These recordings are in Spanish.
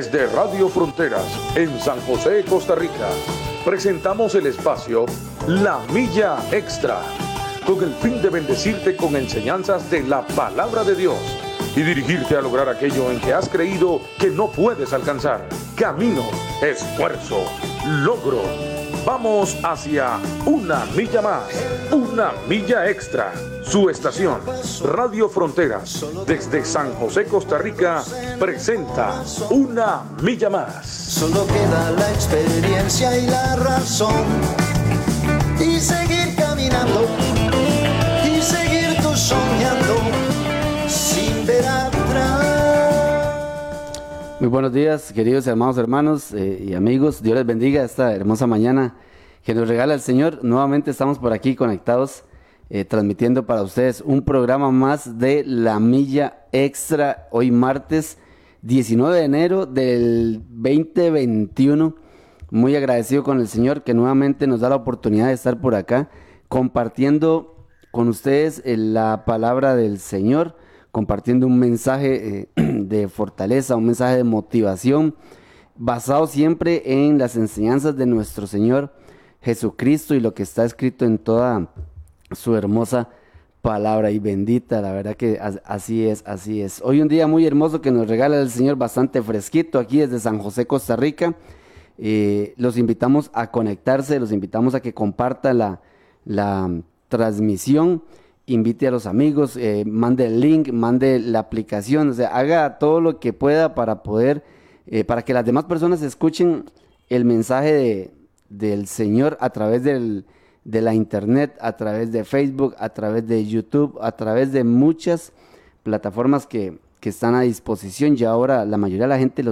Desde Radio Fronteras, en San José, Costa Rica, presentamos el espacio La Milla Extra, con el fin de bendecirte con enseñanzas de la Palabra de Dios y dirigirte a lograr aquello en que has creído que no puedes alcanzar. Camino, esfuerzo, logro. Vamos hacia una milla más, una milla extra. Su estación, Radio Fronteras, desde San José, Costa Rica, presenta Una Milla Más. Solo queda la experiencia y la razón, y seguir caminando, y seguir tú soñando, sin ver atrás. Muy buenos días, queridos hermanos y amigos. Dios les bendiga esta hermosa mañana que nos regala el Señor. Nuevamente estamos por aquí conectados, transmitiendo para ustedes un programa más de La Milla Extra. Hoy martes 19 de enero del 2021. Muy agradecido con el Señor que nuevamente nos da la oportunidad de estar por acá compartiendo con ustedes la palabra del Señor, compartiendo un mensaje de fortaleza, un mensaje de motivación, basado siempre en las enseñanzas de nuestro Señor Jesucristo y lo que está escrito en toda su hermosa palabra y bendita. La verdad que así es. Hoy un día muy hermoso que nos regala el Señor, bastante fresquito aquí desde San José, Costa Rica. Los invitamos a conectarse, los invitamos a que compartan la transmisión. Invite a los amigos, mande el link, mande la aplicación, o sea, haga todo lo que pueda para poder, para que las demás personas escuchen el mensaje del Señor a través de la internet, a través de Facebook, a través de YouTube, a través de muchas plataformas que están a disposición. Ya ahora la mayoría de la gente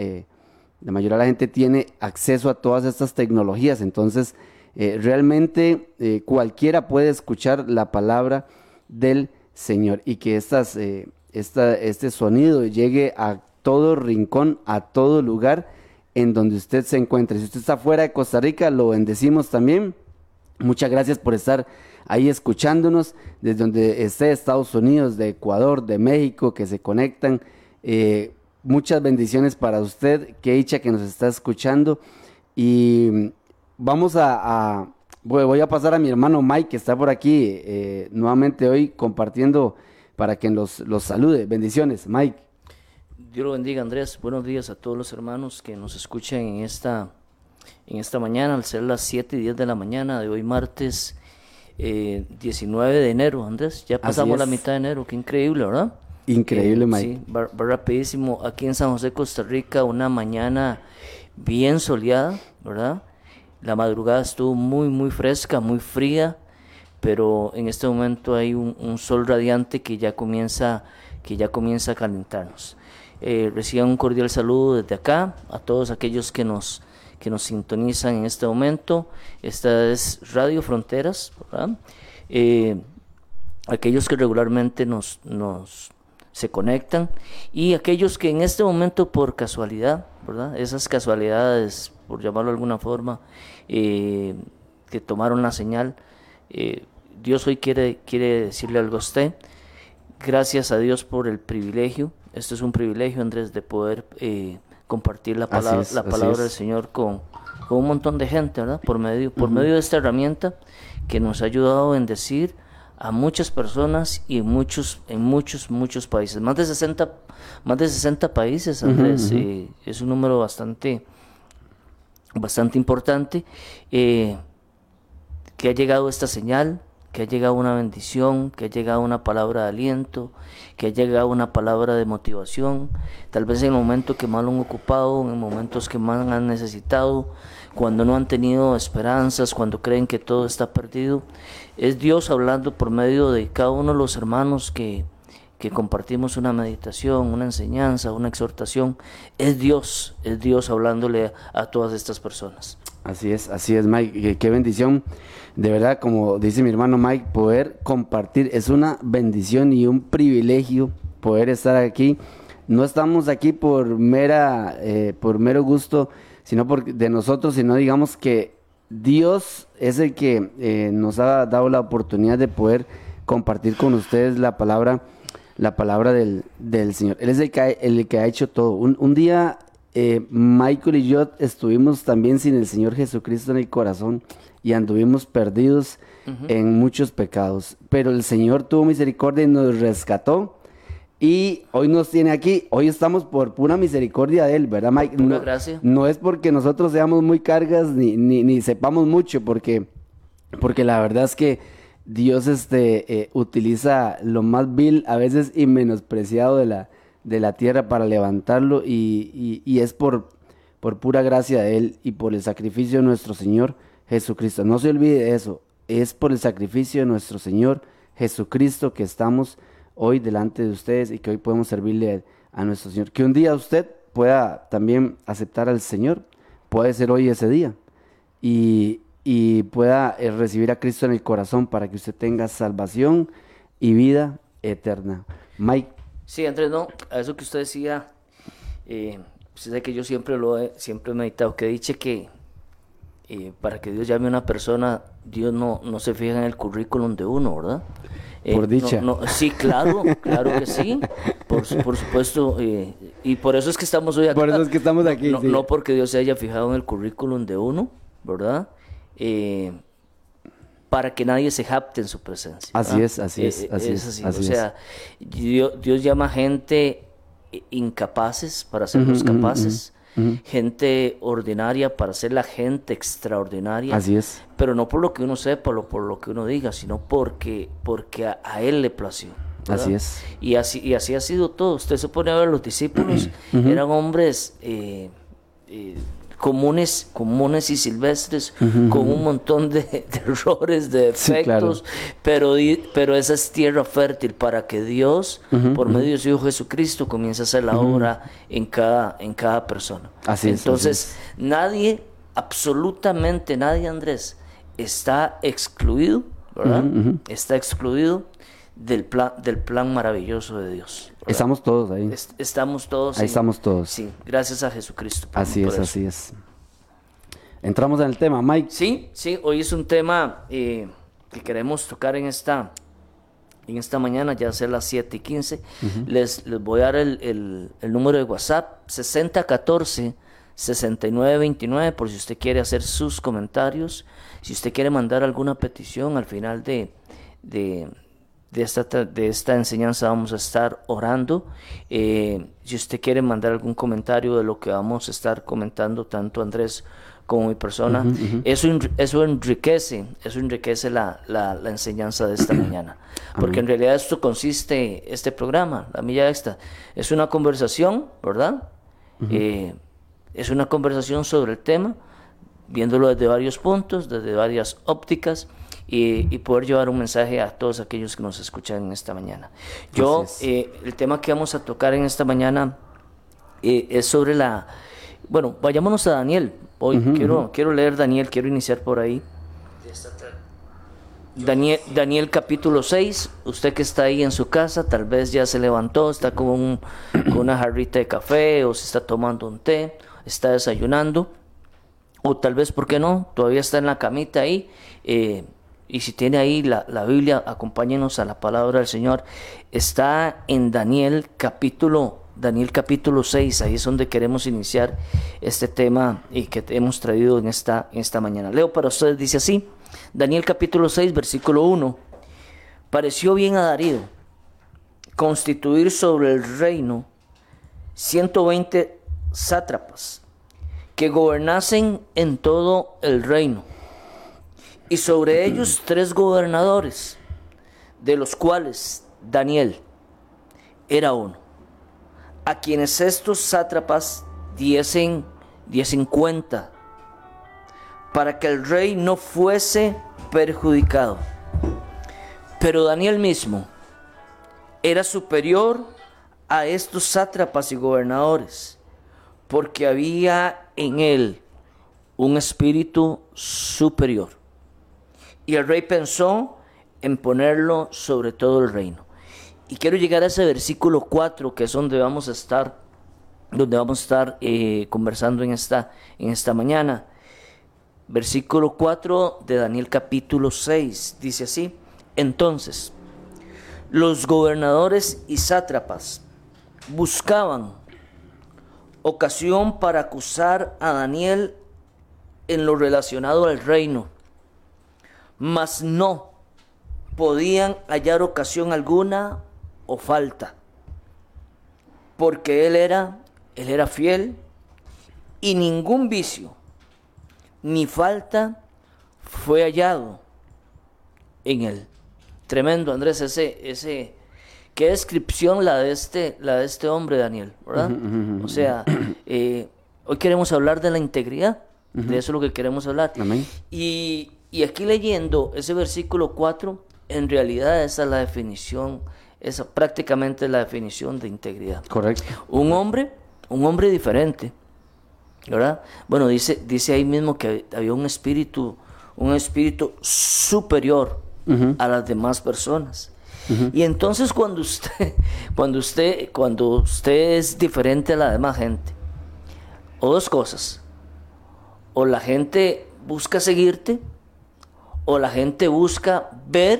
tiene acceso a todas estas tecnologías, entonces realmente cualquiera puede escuchar la palabra del Señor y que este sonido llegue a todo rincón, a todo lugar en donde usted se encuentre. Si usted está fuera de Costa Rica, lo bendecimos también. Muchas gracias por estar ahí escuchándonos desde donde esté, Estados Unidos, de Ecuador, de México, que se conectan. Muchas bendiciones para usted, qué dicha que nos está escuchando. Y voy a pasar a mi hermano Mike, que está por aquí nuevamente hoy compartiendo para que los salude. Bendiciones, Mike. Dios lo bendiga, Andrés. Buenos días a todos los hermanos que nos escuchan en esta mañana, al ser las 7:10 de la mañana de hoy martes 19 de enero, Andrés. Ya pasamos la mitad de enero, qué increíble, ¿verdad? Increíble, Mike. Sí, va rapidísimo. Aquí en San José, Costa Rica, una mañana bien soleada, ¿verdad? La madrugada estuvo muy, muy fresca, muy fría, pero en este momento hay un sol radiante que ya comienza a calentarnos. Reciban un cordial saludo desde acá a todos aquellos que nos sintonizan en este momento. Esta es Radio Fronteras, ¿verdad? Aquellos que regularmente se conectan y aquellos que en este momento por casualidad, ¿verdad? Esas casualidades, por llamarlo de alguna forma, que tomaron la señal. Dios hoy quiere decirle algo a usted. Gracias a Dios por el privilegio. Esto es un privilegio, Andrés, de poder compartir la palabra del Señor con un montón de gente, ¿verdad? Por medio de esta herramienta que nos ha ayudado a bendecir a muchas personas y en muchos países. Más de 60 países, Andrés. Es un número bastante importante que ha llegado esta señal, que ha llegado una bendición, que ha llegado una palabra de aliento, que ha llegado una palabra de motivación, tal vez en el momento que más lo han ocupado, en momentos que más han necesitado, cuando no han tenido esperanzas, cuando creen que todo está perdido. Es Dios hablando por medio de cada uno de los hermanos que compartimos una meditación, una enseñanza, una exhortación. Es Dios hablándole a todas estas personas. Así es, Mike. Qué bendición. De verdad, como dice mi hermano Mike, poder compartir es una bendición y un privilegio poder estar aquí. No estamos aquí por mero gusto, sino de nosotros, sino digamos que Dios es el que nos ha dado la oportunidad de poder compartir con ustedes la palabra del Señor. Él es el que ha hecho todo. Un día Michael y yo estuvimos también sin el Señor Jesucristo en el corazón y anduvimos perdidos en muchos pecados. Pero el Señor tuvo misericordia y nos rescató. Y hoy nos tiene aquí. Hoy estamos por pura misericordia de Él, ¿verdad, Mike? Pura gracia. No es porque nosotros seamos muy cargas ni sepamos mucho, porque la verdad es que Dios utiliza lo más vil a veces y menospreciado de la tierra para levantarlo y es por pura gracia de Él y por el sacrificio de nuestro Señor Jesucristo. No se olvide de eso, es por el sacrificio de nuestro Señor Jesucristo que estamos hoy delante de ustedes y que hoy podemos servirle a nuestro Señor. Que un día usted pueda también aceptar al Señor, puede ser hoy ese día y pueda recibir a Cristo en el corazón para que usted tenga salvación y vida eterna. Mike. Sí, Andrés, no, a eso que usted decía, sé que yo siempre he meditado, que dice que para que Dios llame a una persona, Dios no se fija en el currículum de uno, ¿verdad? Por dicha. Sí, claro que sí, por supuesto, y por eso es que estamos hoy acá. Por eso es que estamos aquí, sí. No porque Dios se haya fijado en el currículum de uno, ¿verdad? Para que nadie se japte en su presencia. Así es, así es. O sea, Dios llama gente incapaces para hacerlos capaces, gente ordinaria para ser la gente extraordinaria. Así es. Pero no por lo que uno sepa o por lo que uno diga, sino porque a Él le plació, ¿verdad? Así es. Y así ha sido todo. Usted se pone a ver, los discípulos eran hombres comunes y silvestres, con un montón de errores, de defectos, sí, claro. pero esa es tierra fértil para que Dios, por medio de su Hijo Jesucristo, comience a hacer la obra en cada persona. Así es. Entonces, nadie, absolutamente nadie, Andrés, está excluido, ¿verdad? Está excluido del plan maravilloso de Dios, ¿verdad? Estamos todos ahí. Estamos todos. Ahí estamos todos. Sí, gracias a Jesucristo. Así es. Entramos en el tema, Mike. Sí, hoy es un tema que queremos tocar en esta mañana, ya sea las 7:15. Les voy a dar el número de WhatsApp, 6014-6929, por si usted quiere hacer sus comentarios, si usted quiere mandar alguna petición al final de esta enseñanza vamos a estar orando. Si usted quiere mandar algún comentario de lo que vamos a estar comentando, tanto Andrés como mi persona, eso enriquece la enseñanza de esta mañana. Porque en realidad este programa, La Milla Extra, es una conversación, ¿verdad? Es una conversación sobre el tema, viéndolo desde varios puntos, desde varias ópticas, y poder llevar un mensaje a todos aquellos que nos escuchan en esta mañana. El tema que vamos a tocar en esta mañana es sobre vayámonos a Daniel. Hoy quiero leer Daniel, quiero iniciar por ahí. Daniel capítulo 6, usted que está ahí en su casa, tal vez ya se levantó, está con una jarrita de café, o se está tomando un té, está desayunando, o tal vez, ¿por qué no?, todavía está en la camita ahí, y si tiene ahí la Biblia, acompáñenos a la palabra del Señor. Está en Daniel capítulo 6, ahí es donde queremos iniciar este tema y que hemos traído en esta mañana. Leo para ustedes, dice así, Daniel capítulo 6, versículo 1. Pareció bien a Darío constituir sobre el reino 120 sátrapas que gobernasen en todo el reino, y sobre ellos 3 gobernadores, de los cuales Daniel era uno, a quienes estos sátrapas diesen cuenta, para que el rey no fuese perjudicado. Pero Daniel mismo era superior a estos sátrapas y gobernadores, porque había en él un espíritu superior. Y el rey pensó en ponerlo sobre todo el reino. Y quiero llegar a ese versículo 4, que es donde vamos a estar conversando en esta mañana. Versículo 4 de Daniel capítulo 6, dice así: entonces, los gobernadores y sátrapas buscaban ocasión para acusar a Daniel en lo relacionado al reino, mas no podían hallar ocasión alguna o falta, porque él era fiel y ningún vicio ni falta fue hallado en él. Tremendo, Andrés, qué descripción la de este hombre, Daniel, ¿verdad? O sea, hoy queremos hablar de la integridad, de eso es lo que queremos hablar. Amén. Y aquí leyendo ese versículo 4, en realidad esa es la definición, esa prácticamente es la definición de integridad. Correcto. Un hombre diferente, ¿verdad? Bueno, dice ahí mismo que había un espíritu superior a las demás personas. Y entonces cuando usted es diferente a la demás gente, o dos cosas, o la gente busca seguirte, o la gente busca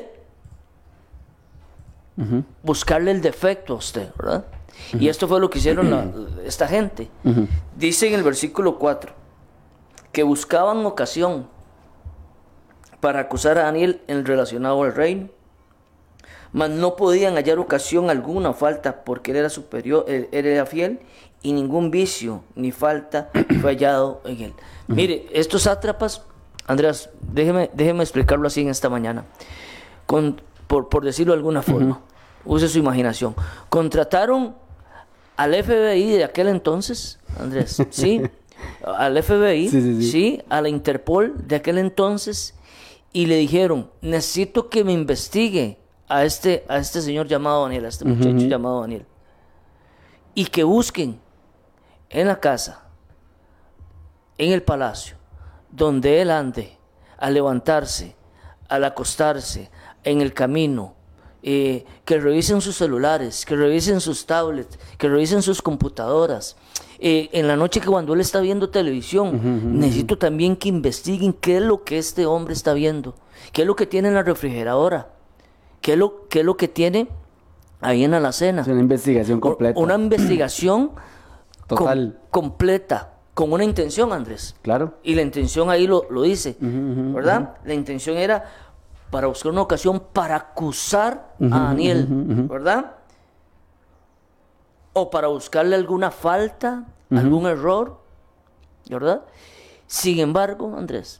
buscarle el defecto a usted, ¿verdad? Y esto fue lo que hicieron esta gente. Dice en el versículo 4 que buscaban ocasión para acusar a Daniel en relacionado al reino, mas no podían hallar ocasión alguna o falta, porque él era superior, él era fiel, y ningún vicio ni falta fue hallado en él. Mire, estos sátrapas, Andrés, déjeme explicarlo así en esta mañana, por decirlo de alguna forma, use su imaginación. Contrataron al FBI de aquel entonces, Andrés, ¿sí? Al FBI, sí, a la Interpol de aquel entonces, y le dijeron, necesito que me investigue a este señor llamado Daniel, a este muchacho llamado Daniel, y que busquen en la casa, en el palacio, donde él ande, al levantarse, al acostarse, en el camino, que revisen sus celulares, que revisen sus tablets, que revisen sus computadoras. En la noche que cuando él está viendo televisión, necesito también que investiguen qué es lo que este hombre está viendo, qué es lo que tiene en la refrigeradora, qué es lo que tiene ahí en la alacena. Es una investigación completa. Una investigación total. Completa, con una intención, Andrés. Claro. Y la intención ahí lo dice, ¿verdad? La intención era para buscar una ocasión para acusar a Daniel, ¿verdad? O para buscarle alguna falta, algún error, ¿verdad? Sin embargo, Andrés,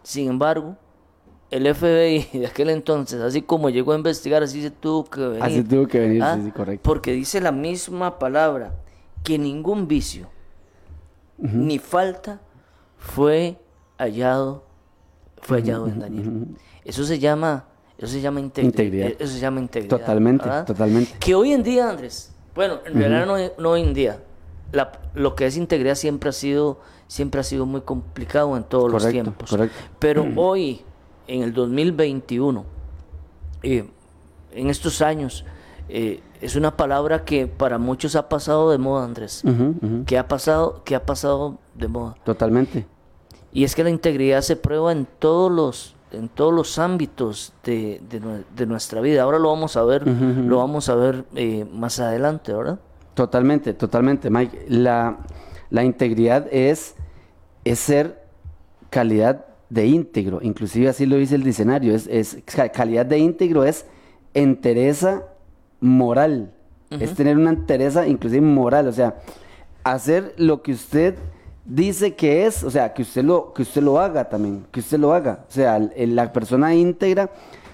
el FBI de aquel entonces, así como llegó a investigar, así se tuvo que venir. Así tuvo que venir, sí, correcto. Porque dice la misma palabra, que ningún vicio ni falta fue hallado en Daniel. Eso se llama integridad. Eso se llama integridad. Totalmente. Que hoy en día, Andrés, bueno, en realidad no hoy en día, lo que es integridad siempre ha sido muy complicado en todos los tiempos. Correcto. Pero hoy, en el 2021, en estos años, es una palabra que para muchos ha pasado de moda, Andrés. Que ha pasado de moda. Totalmente. Y es que la integridad se prueba en todos los ámbitos de nuestra vida. Ahora lo vamos a ver, más adelante, ¿verdad? Totalmente, Mike. La integridad es ser calidad de íntegro. Inclusive así lo dice el diccionario. Calidad de íntegro es entereza moral. Es tener una entereza inclusive moral. O sea, hacer lo que usted dice que es, o sea, que usted lo haga también, O sea, la persona íntegra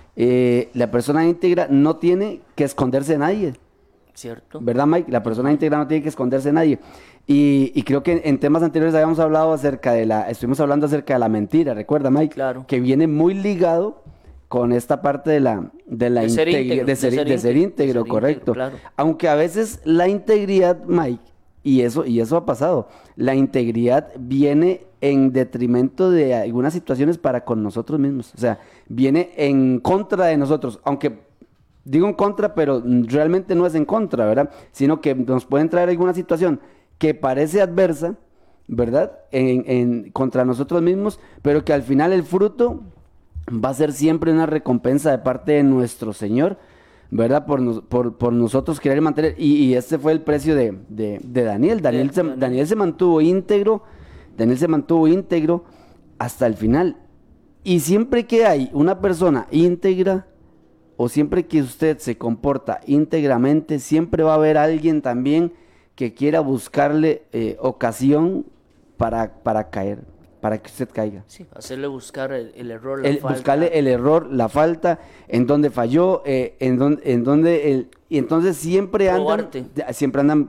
no tiene que esconderse de nadie. ¿Cierto? ¿Verdad, Mike? La persona íntegra no tiene que esconderse de nadie. Y creo que en temas anteriores estuvimos hablando acerca de la mentira, ¿recuerda, Mike? Claro. Que viene muy ligado con esta parte de ser íntegro, correcto. Claro. Aunque a veces la integridad, Mike, y eso ha pasado, la integridad viene en detrimento de algunas situaciones para con nosotros mismos. O sea, viene en contra de nosotros, aunque digo en contra, pero realmente no es en contra, ¿verdad? Sino que nos pueden traer alguna situación que parece adversa, ¿verdad? Contra nosotros mismos, pero que al final el fruto va a ser siempre una recompensa de parte de nuestro Señor, ¿verdad? Por nosotros querer mantener, y este fue el precio de Daniel. Daniel se mantuvo íntegro, hasta el final. Y siempre que hay una persona íntegra, o siempre que usted se comporta íntegramente, siempre va a haber alguien también que quiera buscarle ocasión para caer, para que usted caiga. Sí, hacerle buscar el error, la falta. Buscarle el error, la falta, en donde falló, y entonces siempre andan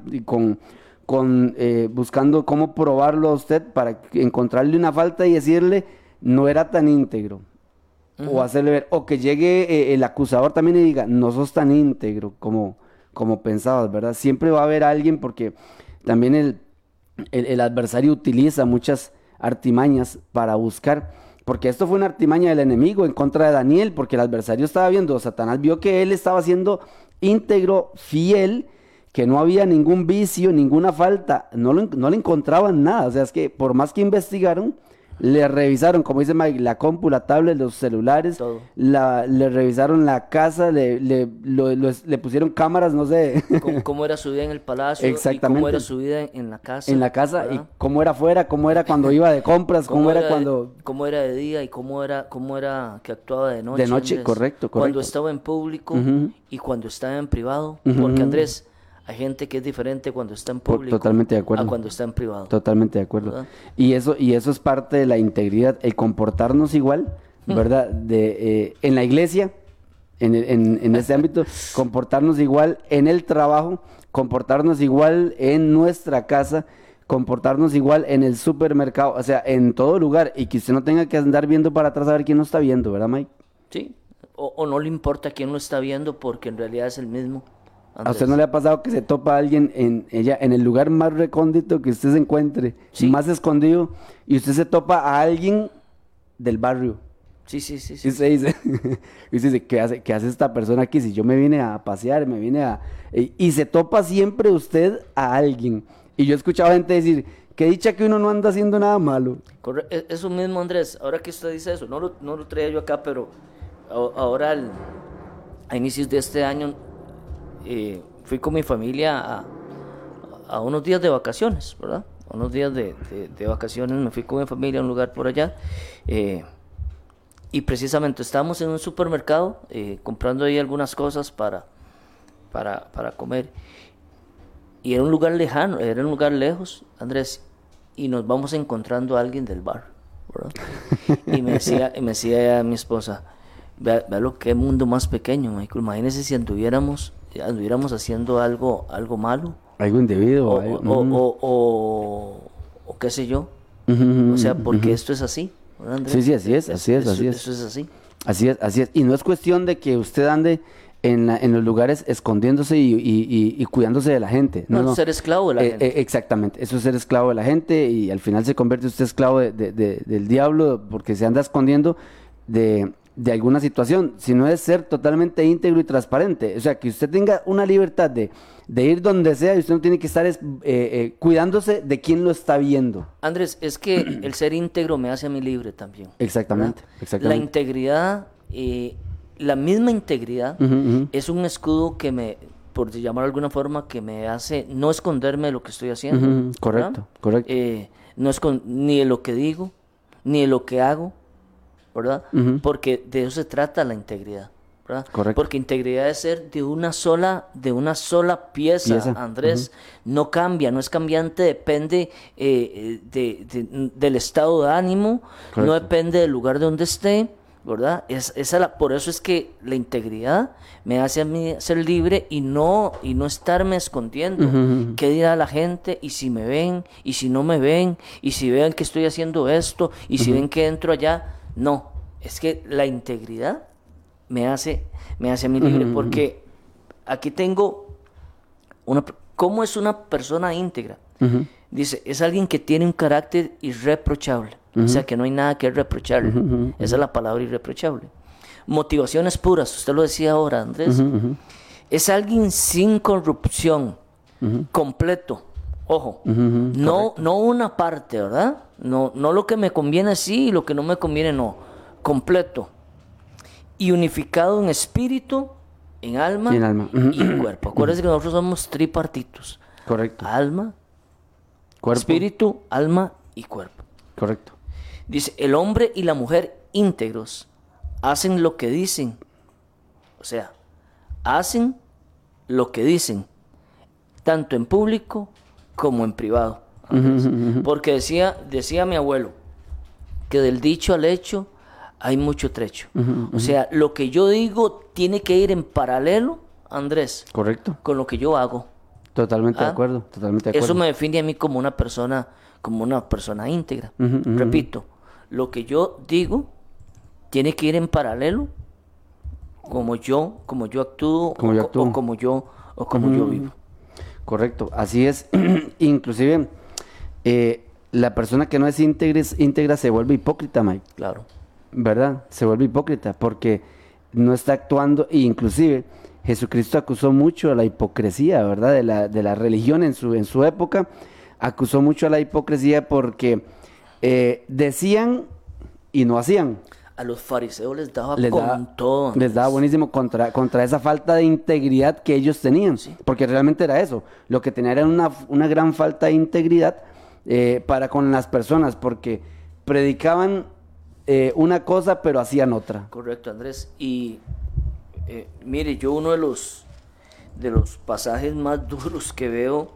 buscando cómo probarlo a usted para encontrarle una falta y decirle no era tan íntegro. O hacerle ver, o que llegue el acusador también y diga, no sos tan íntegro como pensabas, ¿verdad? Siempre va a haber alguien, porque también el adversario utiliza muchas artimañas para buscar, porque esto fue una artimaña del enemigo en contra de Daniel, porque el adversario estaba viendo, Satanás vio que él estaba siendo íntegro, fiel, que no había ningún vicio, ninguna falta, no le encontraban nada. O sea, es que por más que investigaron, le revisaron, como dice Mike, la compu, la tablet, los celulares, le revisaron la casa, le pusieron cámaras, no sé. Cómo era su vida en el palacio, exactamente, y cómo era su vida en la casa. En la casa, ¿verdad? Y cómo era afuera, cómo era cuando iba de compras, cómo era cuando... Cómo era de día y cómo era que actuaba de noche. De noche, Andrés. Correcto. Cuando estaba en público y cuando estaba en privado. Porque, Andrés, hay gente que es diferente cuando está en público totalmente de acuerdo, a cuando está en privado. Totalmente de acuerdo. ¿Verdad? Y eso es parte de la integridad, el comportarnos igual, ¿verdad? En la iglesia, en ese ámbito, comportarnos igual en el trabajo, comportarnos igual en nuestra casa, comportarnos igual en el supermercado, o sea, en todo lugar, y que usted no tenga que andar viendo para atrás a ver quién no está viendo, ¿verdad, Mike? Sí, o no le importa quién lo está viendo porque en realidad es el mismo. Andrés. ¿A usted no le ha pasado que se topa a alguien en el lugar más recóndito que usted se encuentre, sí, más escondido, y usted se topa a alguien del barrio? Sí. Y usted dice, ¿qué hace esta persona aquí? Si yo me vine a pasear, y se topa siempre usted a alguien. Y yo he escuchado gente decir, qué dicha que uno no anda haciendo nada malo. Eso mismo, Andrés, ahora que usted dice eso, no lo traía yo acá, pero ahora a inicios de este año fui con mi familia a unos días de vacaciones, ¿verdad? Unos días de vacaciones, me fui con mi familia a un lugar por allá, y precisamente estábamos en un supermercado comprando ahí algunas cosas para comer, y era un lugar lejano, era un lugar lejos, Andrés, y nos vamos encontrando a alguien del bar, ¿verdad? Y me decía mi esposa, vea lo que mundo más pequeño, Michael. Imagínese si anduviéramos haciendo algo malo, algo indebido, o qué sé yo, o sea, porque esto es así, ¿verdad, Andrés? Sí, así es. Eso es así. Así es, y no es cuestión de que usted ande en los lugares escondiéndose y cuidándose de la gente. No, ser esclavo de la gente. Exactamente, eso es ser esclavo de la gente, y al final se convierte usted esclavo del diablo, porque se anda escondiendo de alguna situación, sino es ser totalmente íntegro y transparente. O sea, que usted tenga una libertad de ir donde sea, y usted no tiene que estar cuidándose de quién lo está viendo. Andrés, es que el ser íntegro me hace a mí libre también. Exactamente. La integridad, la misma integridad es un escudo que me, por llamarlo de alguna forma, que me hace no esconderme de lo que estoy haciendo. Correcto. No ni de lo que digo, ni de lo que hago, ¿verdad? Porque de eso se trata la integridad, ¿verdad? Correcto. Porque integridad es ser de una sola pieza. Andrés. No cambia, no es cambiante, depende del estado de ánimo. Correcto. No depende del lugar donde esté, ¿verdad? Por eso es que la integridad me hace a mí ser libre y no estarme escondiendo. ¿Qué dirá la gente? Y si me ven, y si no me ven, y si ven que estoy haciendo esto, y si ven que entro allá. No, es que la integridad me hace a mí libre, porque aquí tengo ¿cómo es una persona íntegra? Dice, es alguien que tiene un carácter irreprochable, o sea que no hay nada que reprocharle. Esa es la palabra, irreprochable. Motivaciones puras, usted lo decía ahora, Andrés. Es alguien sin corrupción, completo. Ojo, no una parte, ¿verdad? No lo que me conviene sí y lo que no me conviene no. Completo. Y unificado en espíritu, en alma, Y en alma. y en cuerpo. Acuérdense que nosotros somos tripartitos. Correcto. Alma, Cuerpo. espíritu, alma y cuerpo. Correcto. Dice, el hombre y la mujer íntegros hacen lo que dicen. O sea, hacen lo que dicen, tanto en público como en privado. Porque decía mi abuelo, que del dicho al hecho hay mucho trecho. O sea, lo que yo digo tiene que ir en paralelo, Andrés, Correcto. con lo que yo hago. Totalmente de ¿Ah? acuerdo. Totalmente de acuerdo. Eso me define a mí como una persona íntegra. Repito, lo que yo digo tiene que ir en paralelo como yo actúo, Como yo actúo. o como yo vivo. Correcto, así es. Inclusive, la persona que no es íntegra se vuelve hipócrita, Mike. Claro. ¿Verdad? Se vuelve hipócrita porque no está actuando, e inclusive Jesucristo acusó mucho a la hipocresía, ¿verdad? De la religión en su época, acusó mucho a la hipocresía porque decían y no hacían. A los fariseos les daba Les con daba- todo. Les daba buenísimo contra esa falta de integridad que ellos tenían, porque realmente era eso, lo que tenían era una gran falta de integridad para con las personas, porque predicaban una cosa pero hacían otra. Correcto, Andrés. Y mire, yo uno de los pasajes más duros que veo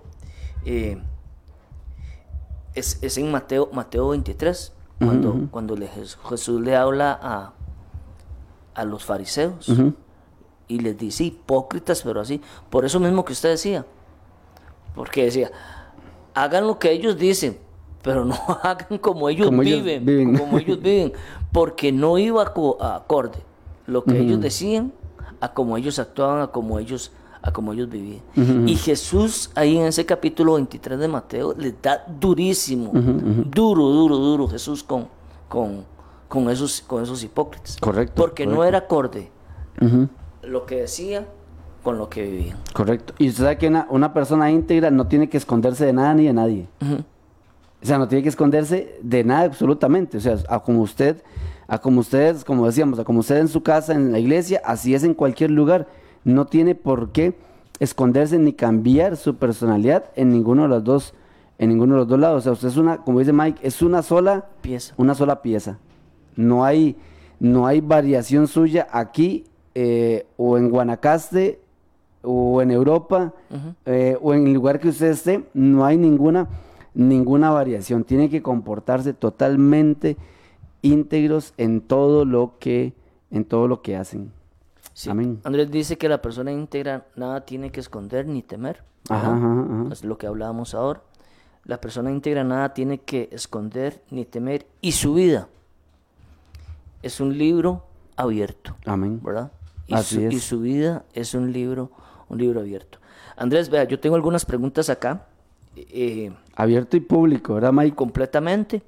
es en Mateo 23, cuando Jesús le habla a los fariseos y les dice hipócritas, pero así, por eso mismo que usted decía, porque decía, hagan lo que ellos dicen, pero no hagan como ellos viven, como ellos viven, porque no iba acorde lo que ellos decían a como ellos actuaban, a como ellos vivían. Y Jesús ahí en ese capítulo 23 de Mateo les da durísimo, duro Jesús con esos hipócritas. Correcto. Porque no correcto. era acorde lo que decía con lo que vivían. Correcto. Y usted sabe que una persona íntegra no tiene que esconderse de nada ni de nadie. O sea, no tiene que esconderse de nada absolutamente. O sea, a como ustedes, como decíamos, a como usted en su casa, en la iglesia, así es en cualquier lugar. No tiene por qué esconderse ni cambiar su personalidad en ninguno de los dos lados. O sea, usted es como dice Mike, es una sola Pieza. pieza. No hay variación suya aquí o en Guanacaste o en Europa o en el lugar que usted esté. No hay ninguna variación. Tiene que comportarse totalmente íntegros en todo lo que hacen. Sí. Amén. Andrés dice que la persona íntegra nada tiene que esconder ni temer. Ajá, ¿verdad? ajá, ajá. Es lo que hablábamos ahora. La persona íntegra nada tiene que esconder ni temer. Y su vida es un libro abierto. Amén. ¿Verdad? Así es. Y su vida es un libro abierto. Andrés, vea, yo tengo algunas preguntas acá. Abierto y público, ¿verdad, Mike? Completamente.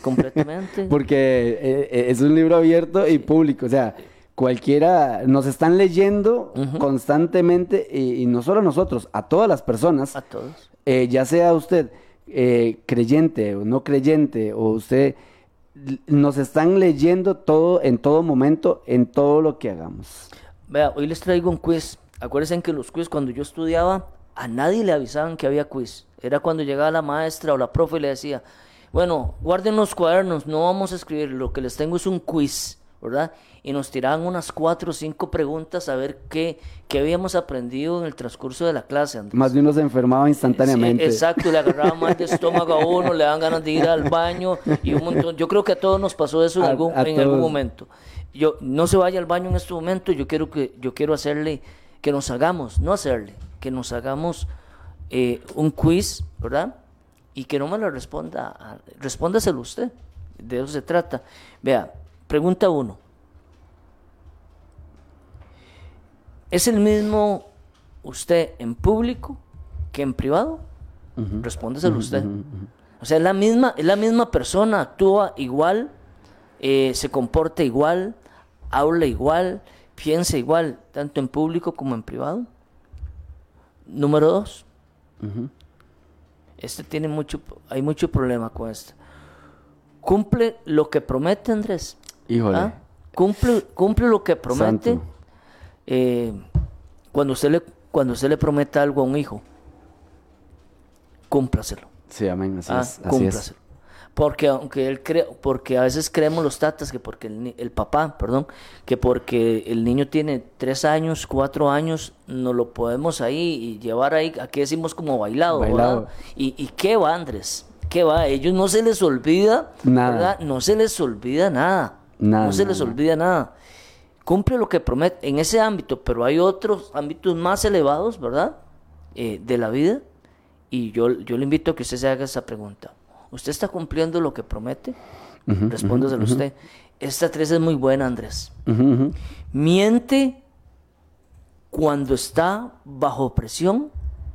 Porque es un libro abierto y público, o sea, cualquiera, nos están leyendo constantemente y no solo nosotros, a todas las personas, A todos. ya sea usted creyente o no creyente, o usted, nos están leyendo todo, en todo momento, en todo lo que hagamos. Vea, hoy les traigo un quiz. Acuérdense que los quiz, cuando yo estudiaba, a nadie le avisaban que había quiz. Era cuando llegaba la maestra o la profe y le decía, bueno, guarden los cuadernos, no vamos a escribir, lo que les tengo es un quiz, ¿verdad? Y nos tiraban unas 4 o 5 preguntas a ver qué habíamos aprendido en el transcurso de la clase, Andrés. Más de uno se enfermaba instantáneamente. Sí, exacto, le agarraba mal de estómago a uno, le dan ganas de ir al baño y un montón. Yo creo que a todos nos pasó eso en algún momento. Yo no se vaya al baño en este momento, yo quiero hacerle que nos hagamos un quiz, ¿verdad? Y que no me lo responda, respóndaselo usted. De eso se trata. Vea, pregunta 1. ¿Es el mismo usted en público que en privado? Respóndaselo usted. O sea, es la misma persona, actúa igual, se comporta igual, habla igual, piensa igual, tanto en público como en privado. Número 2. Hay mucho problema con esto. ¿Cumple lo que promete, Andrés? Híjole. ¿Ah? ¿Cumple lo que promete? Santo. cuando usted le prometa algo a un hijo, cúmplaselo. Sí, amén, así es. Cúmplaselo. Porque porque a veces creemos los tatas que porque el papá, que porque el niño tiene 3 años, 4 años, nos lo podemos ahí y llevar ahí, aquí decimos como bailado. ¿Verdad? ¿Y qué va, Andrés? ¿Qué va? A ellos no se les olvida nada. ¿Verdad? No se les olvida nada. No se les olvida nada. Cumple lo que promete en ese ámbito, pero hay otros ámbitos más elevados, ¿verdad? De la vida. Y yo le invito a que usted se haga esa pregunta. ¿Usted está cumpliendo lo que promete? Respóndaselo usted. Esta 3 es muy buena, Andrés. Miente cuando está bajo presión.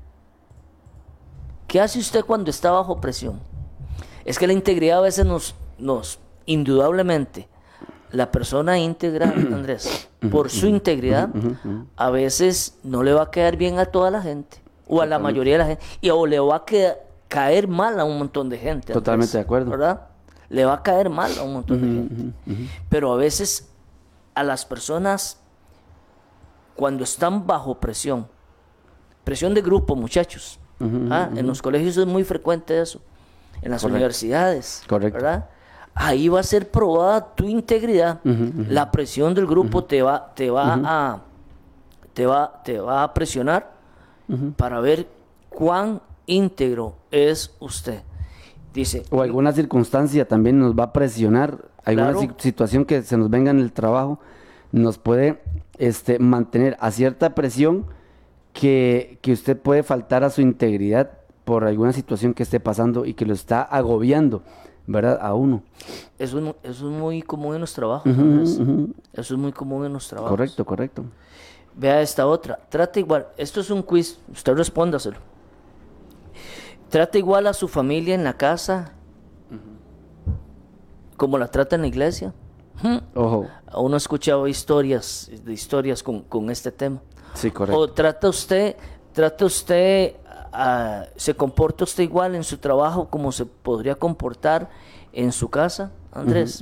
¿Qué hace usted cuando está bajo presión? Es que la integridad a veces nos indudablemente, la persona íntegra, Andrés, por su integridad, a veces no le va a quedar bien a toda la gente, o a la mayoría de la gente, o le va a caer mal a un montón de gente. Andrés, totalmente de acuerdo. ¿Verdad? Le va a caer mal a un montón de gente. Pero a veces a las personas, cuando están bajo presión de grupo, muchachos, en los colegios es muy frecuente eso, en las universidades, ¿verdad? Ahí va a ser probada tu integridad. La presión del grupo te va a presionar para ver cuán íntegro es usted. Dice, o alguna circunstancia también nos va a presionar, alguna situación que se nos venga en el trabajo nos puede mantener a cierta presión que usted puede faltar a su integridad por alguna situación que esté pasando y que lo está agobiando, ¿verdad? A uno. Eso es muy común en los trabajos, Andrés. Eso es muy común en los trabajos. Correcto. Vea esta otra. Trata igual. Esto es un quiz. Usted respóndaselo. Trata igual a su familia en la casa como la trata en la iglesia. Ojo. Uno ha escuchado historias con este tema. Sí, correcto. O trata usted, se comporta usted igual en su trabajo como se podría comportar en su casa, Andrés.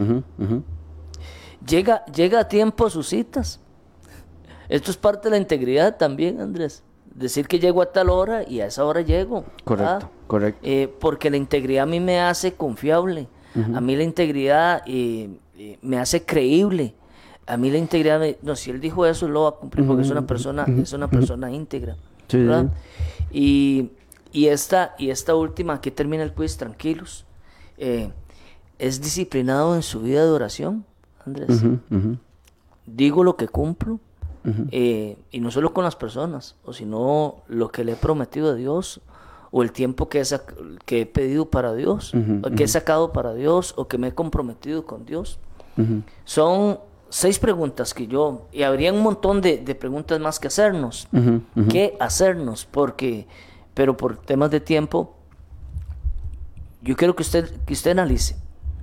Llega a tiempo a sus citas. Esto es parte de la integridad también, Andrés. Decir que llego a tal hora y a esa hora llego. Correcto. Porque la integridad a mí me hace confiable. A mí la integridad me hace creíble. A mí la integridad, si él dijo eso, lo va a cumplir porque es una persona íntegra. Sí, ¿verdad? Y esta última, aquí termina el quiz, tranquilos. Es disciplinado en su vida de oración, Andrés. Digo lo que cumplo. Y no solo con las personas, o sino lo que le he prometido a Dios, o el tiempo que he pedido para Dios, o que he sacado para Dios, o que me he comprometido con Dios. Son 6 preguntas y habría un montón de preguntas más que hacernos. ¿Qué hacernos? Pero por temas de tiempo, yo quiero que usted analice.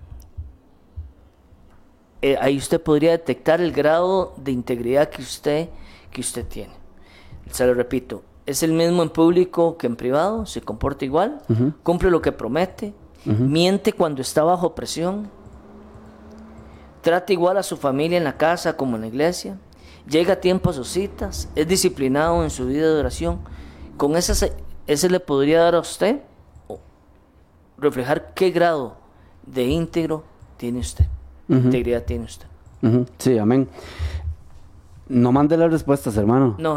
Ahí usted podría detectar el grado de integridad que usted tiene. Se lo repito, es el mismo en público que en privado, se comporta igual, cumple lo que promete, miente cuando está bajo presión, trata igual a su familia en la casa como en la iglesia, llega a tiempo a sus citas, es disciplinado en su vida de oración. Con ese le podría dar a usted reflejar qué grado de íntegro tiene usted. Integridad tiene usted. Sí, amén. No mande las respuestas, hermano. No.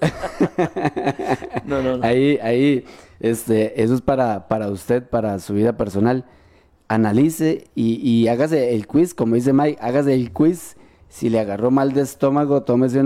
Ahí, eso es para usted, para su vida personal. Analice y hágase el quiz, como dice Mike, hágase el quiz. Si le agarró mal de estómago, tómese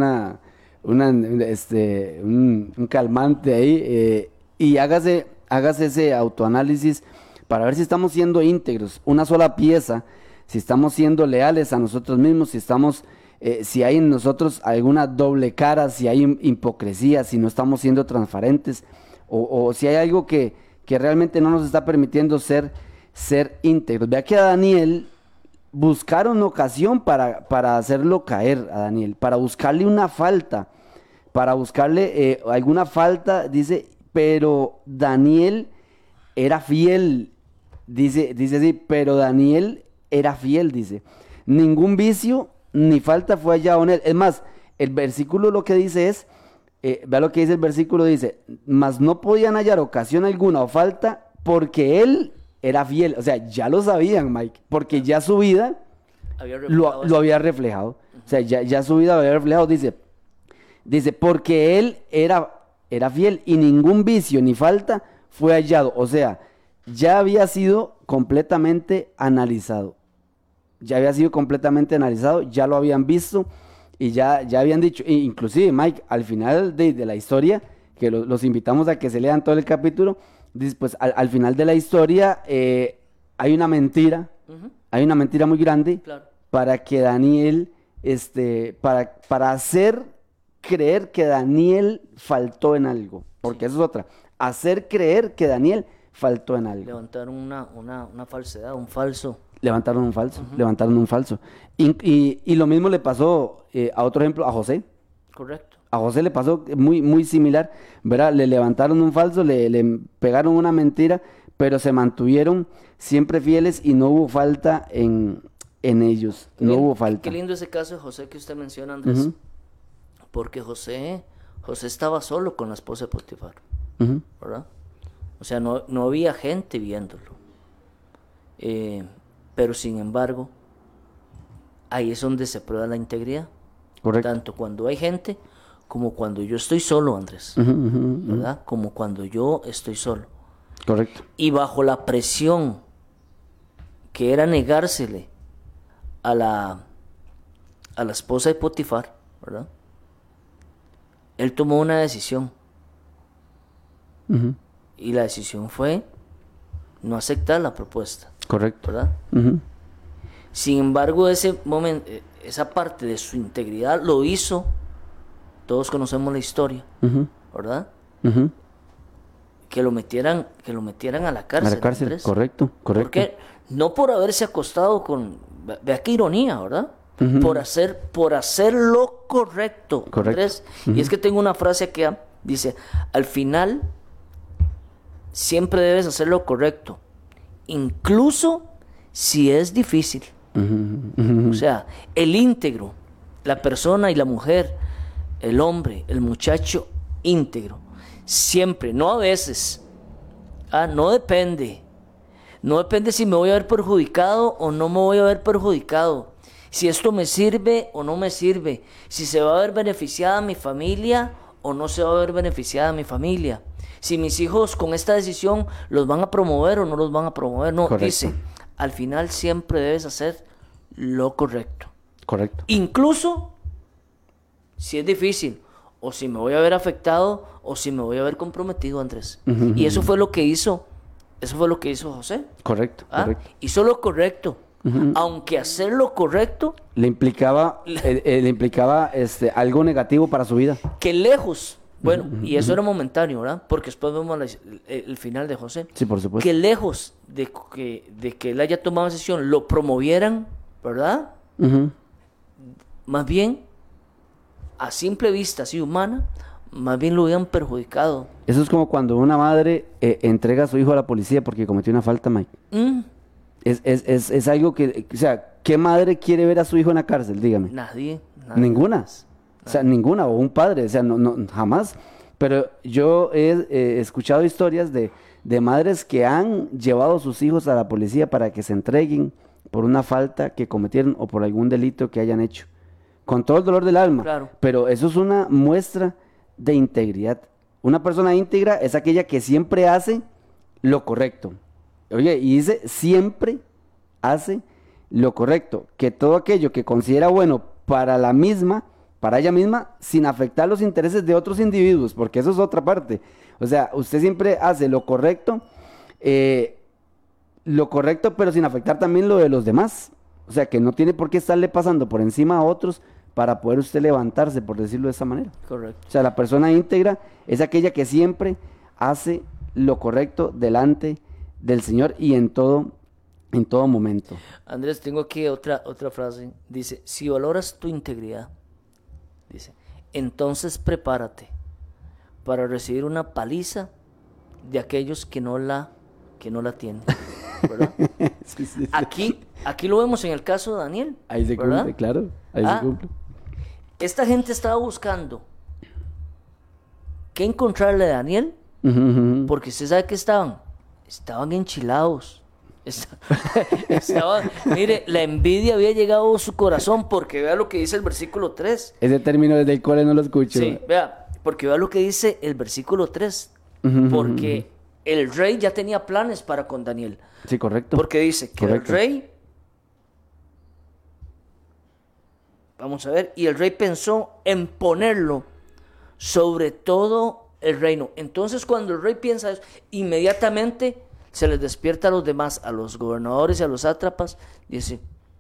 un calmante ahí y hágase ese autoanálisis para ver si estamos siendo íntegros, una sola pieza. Si estamos siendo leales a nosotros mismos, si hay en nosotros alguna doble cara, si hay hipocresía, si no estamos siendo transparentes, o si hay algo que realmente no nos está permitiendo ser íntegros. Vea que a Daniel buscaron ocasión para hacerlo caer a Daniel, para buscarle una falta, alguna falta, dice, pero Daniel era fiel, dice así, pero Daniel era fiel, dice. Ningún vicio ni falta fue hallado en él. Es más, el versículo lo que dice es, vea lo que dice el versículo, dice, mas no podían hallar ocasión alguna o falta porque él era fiel. O sea, ya lo sabían, Mike, porque ya su vida lo había reflejado. O sea, ya su vida lo había reflejado. Dice, porque él era fiel y ningún vicio ni falta fue hallado. O sea, ya había sido completamente analizado. Ya había sido completamente analizado, ya lo habían visto y ya habían dicho. E inclusive, Mike, al final de la historia, que los invitamos a que se lean todo el capítulo, dice, pues al final de la historia hay una mentira, hay una mentira muy grande, claro, para que Daniel, para hacer creer que Daniel faltó en algo, porque eso es otra, hacer creer que Daniel faltó en algo. Levantaron una falsedad, un falso. Levantaron un falso. Y lo mismo le pasó, a otro ejemplo, a José. Correcto. A José le pasó muy, muy similar, ¿verdad? Le levantaron un falso, le pegaron una mentira, pero se mantuvieron siempre fieles y no hubo falta en ellos. No hubo falta. Qué lindo ese caso de José que usted menciona, Andrés. Porque José estaba solo con la esposa de Potifar, ¿verdad? O sea, no había gente viéndolo. Pero sin embargo, ahí es donde se prueba la integridad. Correcto. Tanto cuando hay gente como cuando yo estoy solo, Andrés. ¿Verdad? Como cuando yo estoy solo. Correcto. Y bajo la presión que era negársele a la esposa de Potifar, ¿verdad? Él tomó una decisión. Y la decisión fue no aceptar la propuesta. Correcto. ¿Verdad? Sin embargo, ese momento, esa parte de su integridad lo hizo. Todos conocemos la historia, ¿verdad? Que lo metieran a la cárcel. A la cárcel, Andrés. correcto. Porque no por haberse acostado con, vea qué ironía, ¿verdad? Por hacer lo correcto. Andrés. Y es que tengo una frase aquí, dice, al final siempre debes hacer lo correcto, incluso si es difícil. O sea, el íntegro, la persona y la mujer, el hombre, el muchacho íntegro, siempre, no a veces, no depende si me voy a ver perjudicado o no me voy a ver perjudicado, si esto me sirve o no me sirve, si se va a ver beneficiada mi familia o no se va a ver beneficiada mi familia, si mis hijos con esta decisión los van a promover o no los van a promover. No, correcto. Dice, al final siempre debes hacer lo correcto. Correcto. Incluso si es difícil, o si me voy a ver afectado, o si me voy a ver comprometido, Andrés. Y eso fue lo que hizo José. Correcto, correcto. Hizo lo correcto. Aunque hacer lo correcto le implicaba algo negativo para su vida. Que lejos, bueno, y eso era momentáneo, ¿verdad? Porque después vemos el final de José. Sí, por supuesto. Que lejos de que él haya tomado decisión, lo promovieran, ¿verdad? Más bien, a simple vista, así humana, más bien lo hubieran perjudicado. Eso es como cuando una madre entrega a su hijo a la policía porque cometió una falta, Mike. Es algo que, o sea, ¿qué madre quiere ver a su hijo en la cárcel? Dígame. Nadie. Ninguna. O sea, ninguna, o un padre, o sea, no, jamás. Pero yo he escuchado historias de madres que han llevado a sus hijos a la policía para que se entreguen por una falta que cometieron o por algún delito que hayan hecho. Con todo el dolor del alma. Claro. Pero eso es una muestra de integridad. Una persona íntegra es aquella que siempre hace lo correcto. Oye, y dice, siempre hace lo correcto. Que todo aquello que considera bueno para ella misma, sin afectar los intereses de otros individuos, porque eso es otra parte. O sea, usted siempre hace lo correcto, pero sin afectar también lo de los demás. O sea, que no tiene por qué estarle pasando por encima a otros para poder usted levantarse, por decirlo de esa manera. Correcto. O sea, la persona íntegra es aquella que siempre hace lo correcto delante del Señor y en todo momento. Andrés, tengo aquí otra frase. Dice, si valoras tu integridad, dice, entonces prepárate para recibir una paliza de aquellos que no la tienen. ¿Verdad? Sí. Aquí lo vemos en el caso de Daniel. Ahí se ¿verdad? cumple, claro. Ahí se cumple. Esta gente estaba buscando qué encontrarle a Daniel? Porque usted sabe que estaban enchilados. Mire, la envidia había llegado a su corazón, porque vea lo que dice el versículo 3. Ese término desde el cole no lo escucho. Sí, vea, porque vea lo que dice el versículo 3. Porque el rey ya tenía planes para con Daniel. Sí, correcto. Porque dice que correcto. el rey, vamos a ver, y el rey pensó en ponerlo sobre todo el reino. Entonces, cuando el rey piensa eso, inmediatamente se les despierta a los demás, a los gobernadores y a los sátrapas, dice: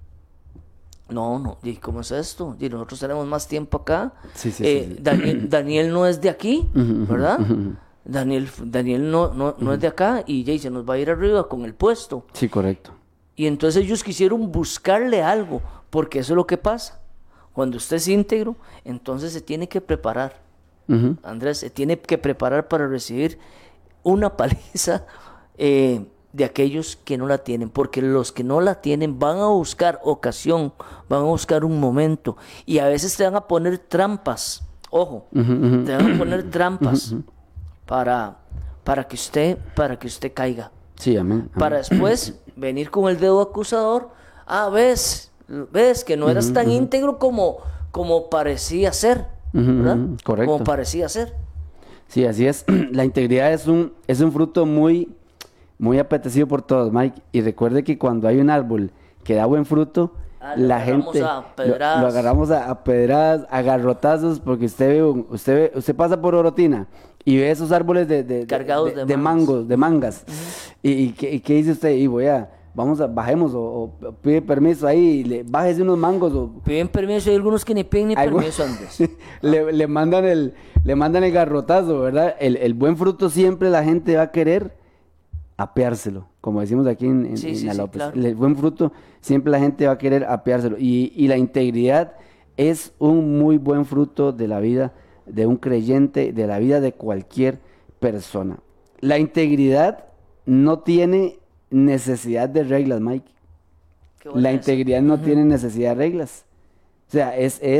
no, ¿y cómo es esto? Y nosotros tenemos más tiempo acá. Sí. Daniel no es de aquí, ¿verdad? Daniel no es de acá, y ya se nos va a ir arriba con el puesto. Sí, correcto. Y entonces ellos quisieron buscarle algo, porque eso es lo que pasa. Cuando usted es íntegro, entonces se tiene que preparar. Andrés, se tiene que preparar para recibir una paliza de aquellos que no la tienen, porque los que no la tienen van a buscar ocasión, van a buscar un momento, y a veces te van a poner trampas, ojo, te van a poner trampas para que usted caiga. Sí, amén. Para después venir con el dedo acusador. Ves que no eras tan íntegro como parecía ser, ¿verdad? Correcto. Como parecía ser. Sí, así es. La integridad es un fruto muy, muy apetecido por todos, Mike. Y recuerde que cuando hay un árbol que da buen fruto, la gente lo agarramos a pedradas, a garrotazos, porque usted pasa por Orotina y ve esos árboles cargados de mangos, de mangas. ¿Y qué dice usted? Y bajemos o pide permiso ahí, bájese unos mangos. Piden permiso, hay algunos que ni piden ni permiso antes. le mandan el garrotazo, ¿verdad? El buen fruto siempre la gente va a querer apeárselo, como decimos aquí en López. Claro. El buen fruto siempre la gente va a querer apeárselo. Y la integridad es un muy buen fruto de la vida de un creyente, de la vida de cualquier persona. La integridad no tiene necesidad de reglas, Mike. La integridad no tiene necesidad de reglas. O sea,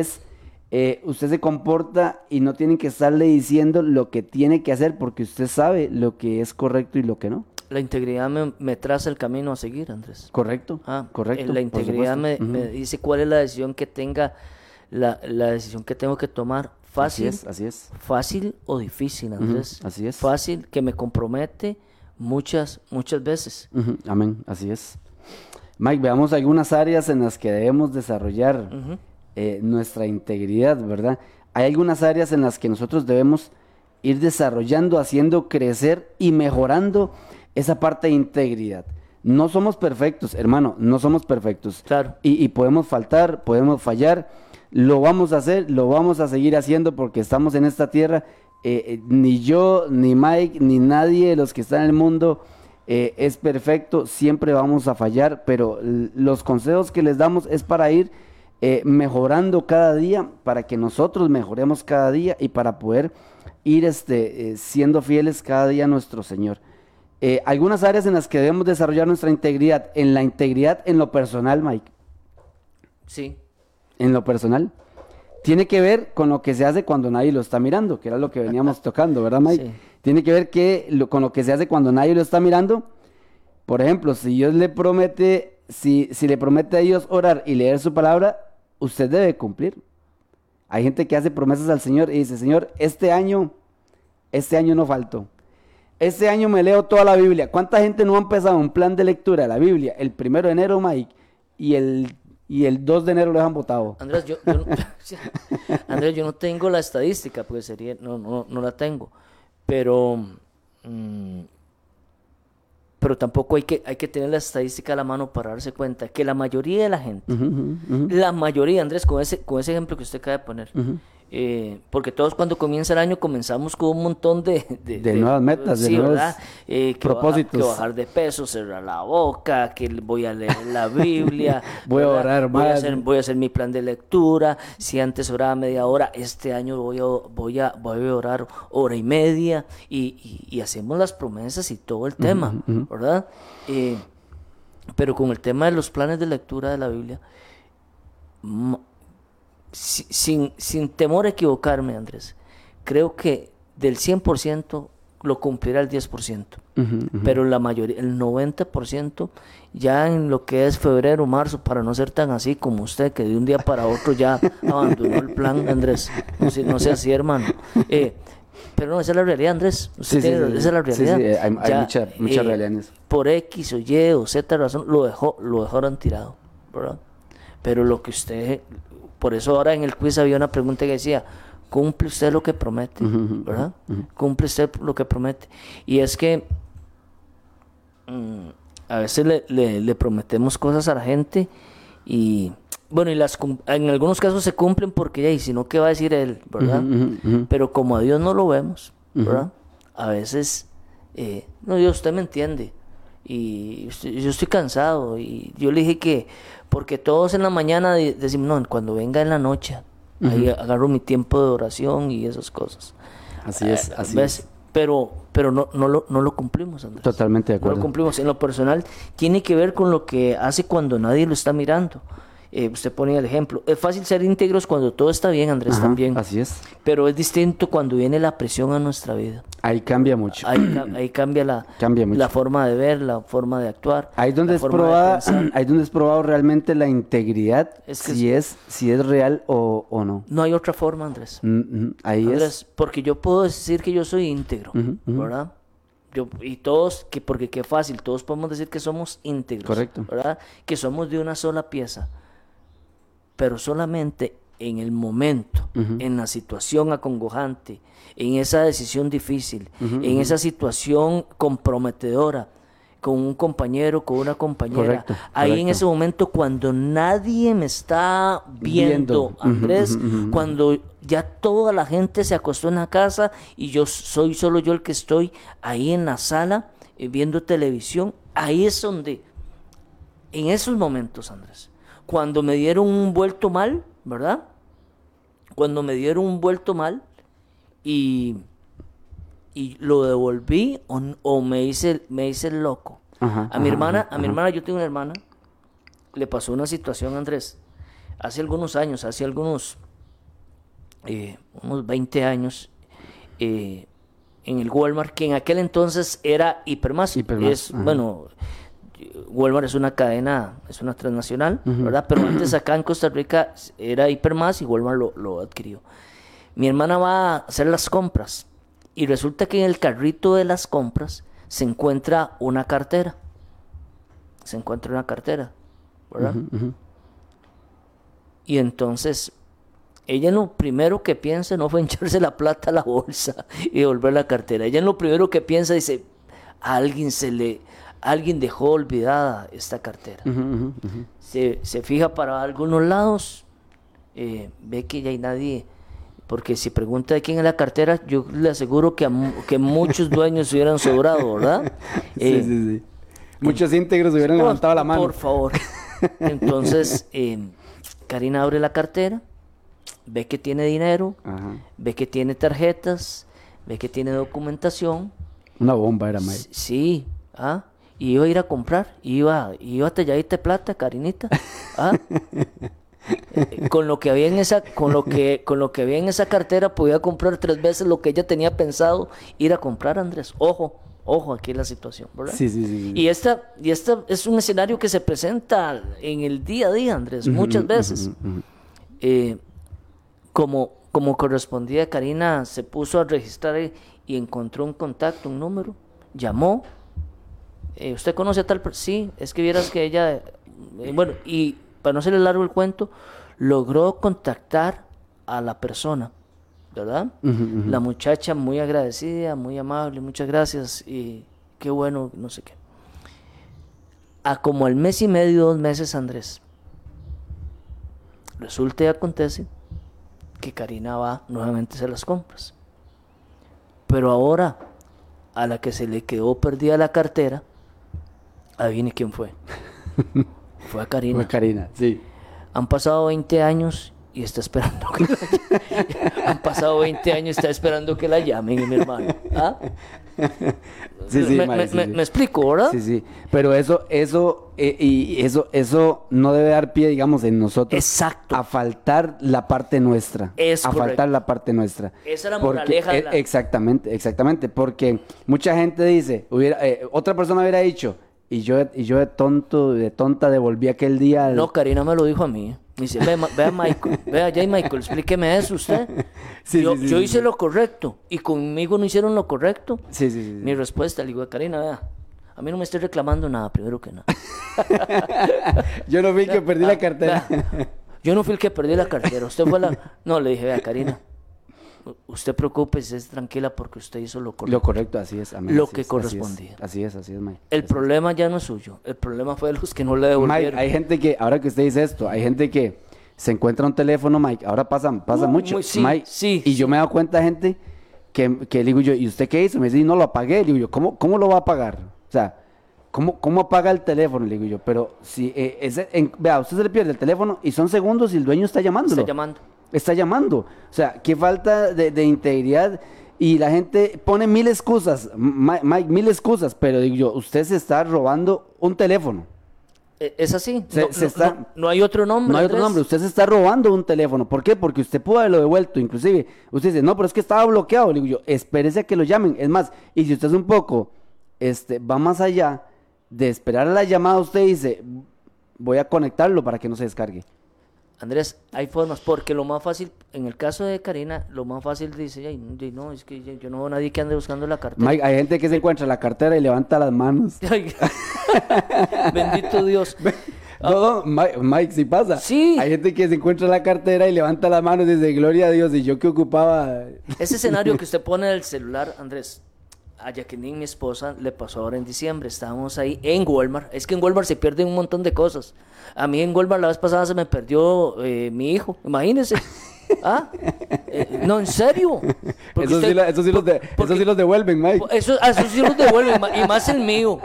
usted se comporta y no tienen que estarle diciendo lo que tiene que hacer, porque usted sabe lo que es correcto y lo que no. La integridad me traza el camino a seguir, Andrés. Correcto, correcto. La integridad me dice cuál es la decisión que la decisión que tengo que tomar. Fácil, así es. Fácil o difícil, Andrés. Así es. Fácil, que me compromete muchas veces. Amén, así es. Mike, veamos algunas áreas en las que debemos desarrollar nuestra integridad, ¿verdad? Hay algunas áreas en las que nosotros debemos ir desarrollando, haciendo crecer y mejorando esa parte de integridad. No somos perfectos, hermano, no somos perfectos. Claro. Y podemos faltar, podemos fallar, lo vamos a hacer, lo vamos a seguir haciendo porque estamos en esta tierra. Ni yo, ni Mike, ni nadie de los que están en el mundo es perfecto, siempre vamos a fallar, pero los consejos que les damos es para ir mejorando cada día, para que nosotros mejoremos cada día y para poder ir siendo fieles cada día a nuestro Señor. Algunas áreas en las que debemos desarrollar nuestra integridad, en la integridad en lo personal, Mike. Sí. En lo personal. Tiene que ver con lo que se hace cuando nadie lo está mirando, que era lo que veníamos tocando, ¿verdad, Mike? Sí. Tiene que ver con lo que se hace cuando nadie lo está mirando. Por ejemplo, si Dios le promete, si le promete a Dios orar y leer su palabra, usted debe cumplir. Hay gente que hace promesas al Señor y dice: Señor, este año no falto. Este año me leo toda la Biblia. ¿Cuánta gente no ha empezado un plan de lectura de la Biblia el 1 de enero, Mike? Y el 2 de enero lo dejan botado. Andrés, yo no tengo la estadística, porque no la tengo. Pero tampoco hay que tener la estadística a la mano para darse cuenta que la mayoría de la gente, la mayoría, Andrés, con ese ejemplo que usted acaba de poner, porque todos cuando comienza el año comenzamos con un montón de nuevas metas, sí, de nuevos propósitos. Que bajar de peso, cerrar la boca, que voy a leer la Biblia, voy a orar más, voy a hacer mi plan de lectura. Si antes oraba media hora, este año voy a orar hora y media, y hacemos las promesas y todo el tema, ¿verdad? Pero con el tema de los planes de lectura de la Biblia, sin temor a equivocarme, Andrés, creo que del 100% lo cumplirá el 10%, pero la mayoría, el 90%, ya en lo que es febrero, marzo, para no ser tan así como usted, que de un día para otro ya abandonó el plan, Andrés, no sea así, hermano. Pero no, esa es la realidad, Andrés. Esa es la realidad. Sí, hay mucha realidad en eso. Por X o Y o Z razón, lo dejaron tirado, ¿verdad? Pero lo que usted, por eso ahora en el quiz había una pregunta que decía, cumple usted lo que promete, ¿verdad? Cumple usted lo que promete. Y es que a veces le prometemos cosas a la gente y bueno, en algunos casos se cumplen porque, si no, ¿qué va a decir él, verdad? Pero como a Dios no lo vemos, ¿verdad? A veces, no, Dios, usted me entiende. Y yo estoy cansado. Y yo le dije que, porque todos en la mañana decimos, no, cuando venga en la noche, ahí agarro mi tiempo de oración y esas cosas. Así es. Pero no lo cumplimos, Andrés. Totalmente de acuerdo. No lo cumplimos. En lo personal, tiene que ver con lo que hace cuando nadie lo está mirando. Usted ponía el ejemplo. Es fácil ser íntegros cuando todo está bien, Andrés, también. Así es. Pero es distinto cuando viene la presión a nuestra vida. Ahí cambia mucho. Ahí cambia la forma de ver, la forma de actuar. Ahí donde es probado realmente la integridad, si es real o no. No hay otra forma, Andrés. Andrés, porque yo puedo decir que yo soy íntegro, ¿verdad? Y todos, porque qué fácil, todos podemos decir que somos íntegros. Correcto. ¿Verdad? Que somos de una sola pieza. Pero solamente en el momento, en la situación acongojante, en esa decisión difícil, en esa situación comprometedora, con un compañero, con una compañera, ahí en ese momento cuando nadie me está viendo. Andrés, cuando ya toda la gente se acostó en la casa y soy solo yo el que estoy ahí en la sala viendo televisión, ahí es donde, en esos momentos, Andrés, cuando me dieron un vuelto mal, ¿verdad? Cuando me dieron un vuelto mal y lo devolví o me hice el loco. A mi hermana, yo tengo una hermana, le pasó una situación, Andrés, hace algunos años, unos 20 años, en el Walmart, que en aquel entonces era Hipermás. Bueno, Walmart es una cadena, es una transnacional, ¿verdad? Pero antes acá en Costa Rica era Hipermás y Walmart lo adquirió. Mi hermana va a hacer las compras y resulta que en el carrito de las compras se encuentra una cartera. ¿Verdad? Y entonces ella lo primero que piensa no fue echarse la plata a la bolsa y devolver la cartera. Ella lo primero que piensa dice, alguien dejó olvidada esta cartera. Se fija para algunos lados, ve que ya hay nadie, porque si pregunta de quién es la cartera, yo le aseguro que muchos dueños hubieran sobrado, ¿verdad? Sí. Muchos íntegros hubieran levantado la mano. Por favor. Entonces, Karina abre la cartera, ve que tiene dinero, ve que tiene tarjetas, ve que tiene documentación. Una bomba era, May. Sí, y iba a ir a comprar, iba a talladita de plata, Karinita, con lo que había en esa cartera podía comprar 3 veces lo que ella tenía pensado ir a comprar, Andrés. Ojo, aquí es la situación, ¿verdad? Sí. Y esta es un escenario que se presenta en el día a día, Andrés, muchas veces. Como correspondía, Karina se puso a registrar y encontró un contacto, un número, llamó. ¿Usted conoce a tal persona? Sí, es que vieras que ella... bueno, y para no hacerle largo el cuento, logró contactar a la persona, ¿verdad? La muchacha muy agradecida, muy amable, muchas gracias, y qué bueno, no sé qué. Como al mes y medio, 2 meses, Andrés, resulta y acontece que Karina va nuevamente a hacer las compras. Pero ahora, a la que se le quedó perdida la cartera, adivine quién fue. Fue a Karina. Fue Karina, sí. Han pasado 20 años y está esperando que han pasado 20 años, está esperando que la llamen, mi hermano. ¿Ah? Sí, me explico, ¿verdad? Sí, sí. Pero eso no debe dar pie, digamos, en nosotros. Exacto. A faltar la parte nuestra. Es a correcto. faltar la parte nuestra. Esa es la Porque, moraleja de la... Exactamente. Porque mucha gente dice, otra persona hubiera dicho, y yo de tonta devolví aquel día. No, Karina me lo dijo a mí. Me dice, vea Michael, vea ya Michael, explíqueme eso usted. Yo hice lo correcto y conmigo no hicieron lo correcto. Sí. Mi respuesta, le digo, Karina, vea, a mí no me estoy reclamando nada, primero que nada. Yo no vi que perdí la cartera. Yo no fui el que perdí la cartera, usted fue la... No, le dije, vea, Karina, usted preocúpese, es tranquila porque usted hizo lo correcto. Lo correcto, así es. Amén, lo así que es, correspondía. Así es, Mike. El problema ya no es suyo, el problema fue de los que no le devolvieron. Mike, hay gente que, ahora que usted dice esto, hay gente que se encuentra un teléfono, Mike, ahora pasa mucho, sí, Mike, sí, y yo me he dado cuenta de gente que le digo yo, ¿y usted qué hizo? Me dice, no lo apagué, le digo yo, ¿cómo lo va a apagar? O sea, ¿cómo apaga el teléfono? Le digo yo, pero si, vea, usted se le pierde el teléfono y son segundos y el dueño está llamándolo. Está llamando. O sea, qué falta de integridad. Y la gente pone mil excusas, Mike, mil excusas, pero digo yo, usted se está robando un teléfono. Es así. No hay otro nombre. No hay otro nombre. Usted se está robando un teléfono. ¿Por qué? Porque usted pudo haberlo devuelto. Inclusive, usted dice, no, pero es que estaba bloqueado. Le digo yo, espérese a que lo llamen. Es más, y si usted es un poco, va más allá de esperar a la llamada, usted dice, voy a conectarlo para que no se descargue. Andrés, hay formas, porque lo más fácil, en el caso de Karina, lo más fácil dice, ay, no, es que yo no veo a nadie que ande buscando la cartera. Mike, hay gente que se encuentra la cartera y levanta las manos. Ay, bendito Dios. No, Mike, sí pasa. Sí. Hay gente que se encuentra la cartera y levanta las manos y dice, gloria a Dios, y yo que ocupaba. Ese escenario que usted pone en el celular, Andrés, a Jacqueline, mi esposa, le pasó ahora en diciembre. Estábamos ahí en Walmart. Es que en Walmart se pierden un montón de cosas. A mí en Walmart la vez pasada se me perdió mi hijo. Imagínese. No, en serio. Eso sí los devuelven, Mike. Eso sí los devuelven. Y más el mío.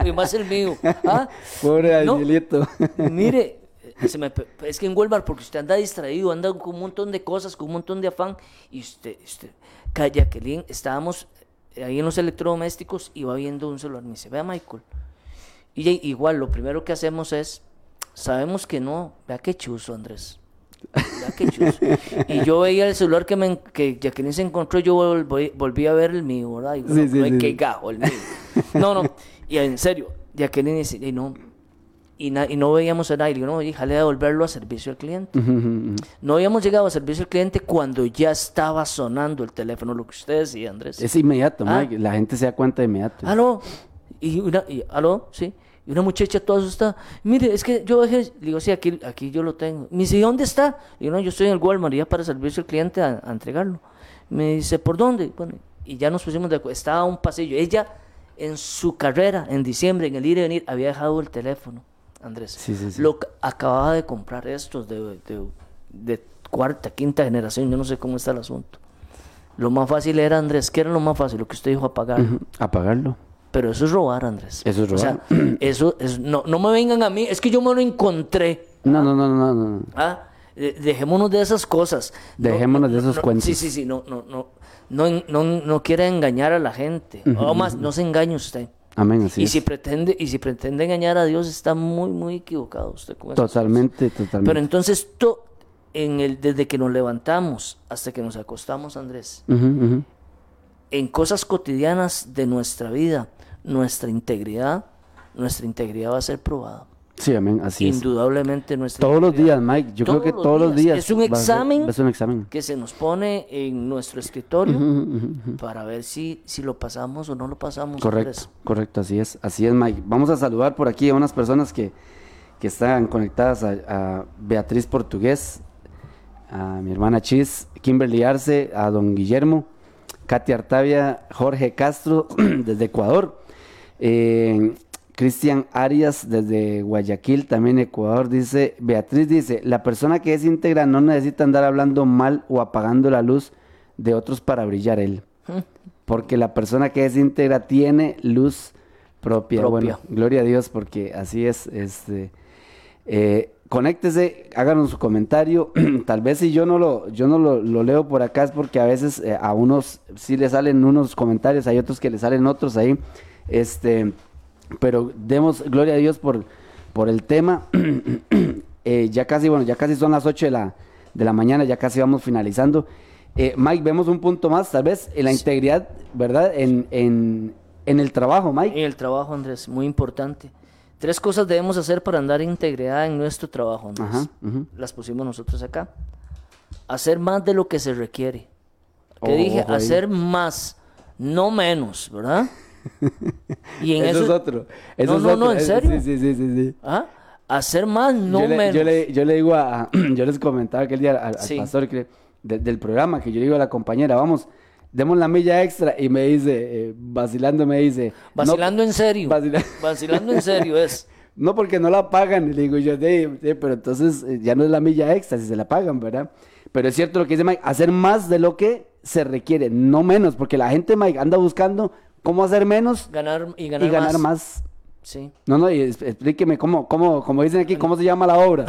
Pobre Angelito. Mire, es que en Walmart, porque usted anda distraído, anda con un montón de cosas, con un montón de afán. Y usted Jacqueline, estábamos ahí en los electrodomésticos y va viendo un celular. Me dice, vea Michael. Y igual, lo primero que hacemos es, sabemos que no, vea qué chuzo, Andrés. Vea qué chuzo. Y yo veía el celular que Jacqueline se encontró, yo volví a ver el mío, ¿verdad? Y bueno, qué gajo, el mío. No, y en serio, Jacqueline dice, y no veíamos a nadie. Y digo, no, hija, le devolverlo a servicio al cliente. No habíamos llegado a servicio al cliente cuando ya estaba sonando el teléfono, lo que usted decía, Andrés. Es inmediato, Mike. La gente se da cuenta de inmediato. ¿Aló? ¿Aló? Sí. Y una muchacha toda asustada, mire, es que yo dejé, le digo, sí, aquí yo lo tengo. Me dice, ¿y dónde está? Le digo, no, yo estoy en el Walmart ya para servicio al cliente a entregarlo. Me dice, ¿por dónde? Bueno, y ya nos pusimos de acuerdo, estaba un pasillo. Ella, en su carrera, en diciembre, en el ir y venir, había dejado el teléfono, Andrés. Sí. Acababa de comprar estos de cuarta, quinta generación, yo no sé cómo está el asunto. Lo más fácil era, Andrés, ¿qué era lo más fácil? Lo que usted dijo, apagarlo. Apagarlo. Pero eso es robar, Andrés. Eso es robar. O sea, eso es, no me vengan a mí, es que yo me lo encontré. No. Dejémonos de esas cosas. Dejémonos de esos cuentos. Sí, no quiere engañar a la gente. O más, no se engañe usted. Amén, así es. Si pretende engañar a Dios, está muy, muy equivocado usted con eso. Totalmente. Pero entonces, desde que nos levantamos hasta que nos acostamos, Andrés, en cosas cotidianas de nuestra vida, nuestra integridad va a ser probada. Sí, amén, así es. Indudablemente nuestra todos los días, Mike, yo creo que todos los días. Es un examen que se nos pone en nuestro escritorio para ver si lo pasamos o no lo pasamos. Correcto, así es, Mike. Vamos a saludar por aquí a unas personas que están conectadas a Beatriz Portugués, a mi hermana Chis, Kimberly Arce, a don Guillermo, Katia Artavia, Jorge Castro desde Ecuador, Cristian Arias desde Guayaquil, también Ecuador. Dice, Beatriz dice, la persona que es íntegra no necesita andar hablando mal o apagando la luz de otros para brillar él, porque la persona que es íntegra tiene luz propia. Bueno, gloria a Dios, porque así es. conéctese, háganos su comentario. Tal vez si yo no lo leo por acá es porque a veces a unos sí le salen unos comentarios, hay otros que le salen otros ahí. Pero demos gloria a Dios por el tema. Ya casi son las 8 de la mañana, ya casi vamos finalizando. Mike, vemos un punto más, tal vez, en la integridad, ¿verdad? En el trabajo, Mike. En el trabajo, Andrés, muy importante. 3 cosas debemos hacer para andar en integridad en nuestro trabajo, Andrés. Ajá, Las pusimos nosotros acá. Hacer más de lo que se requiere. ¿Qué Oh, dije? ojo ahí. Hacer más, no menos, ¿verdad? Y en Eso es otro. Eso es otro. ¿en serio? Sí. ¿Ah? Hacer más, no menos. Yo le digo yo les comentaba aquel día al Sí. pastor del programa, que yo le digo a la compañera, vamos, demos la milla extra, y me dice, vacilando me dice... Vacilando en serio. vacila- Vacilando en serio es. No, porque no la pagan. Y le digo yo, pero entonces ya no es la milla extra si se la pagan, ¿verdad? Pero es cierto lo que dice Mike, hacer más de lo que se requiere, no menos, porque la gente, Mike, anda buscando cómo hacer menos Ganar y ganar más. Sí. No, y explíqueme como dicen aquí, cómo se llama la obra.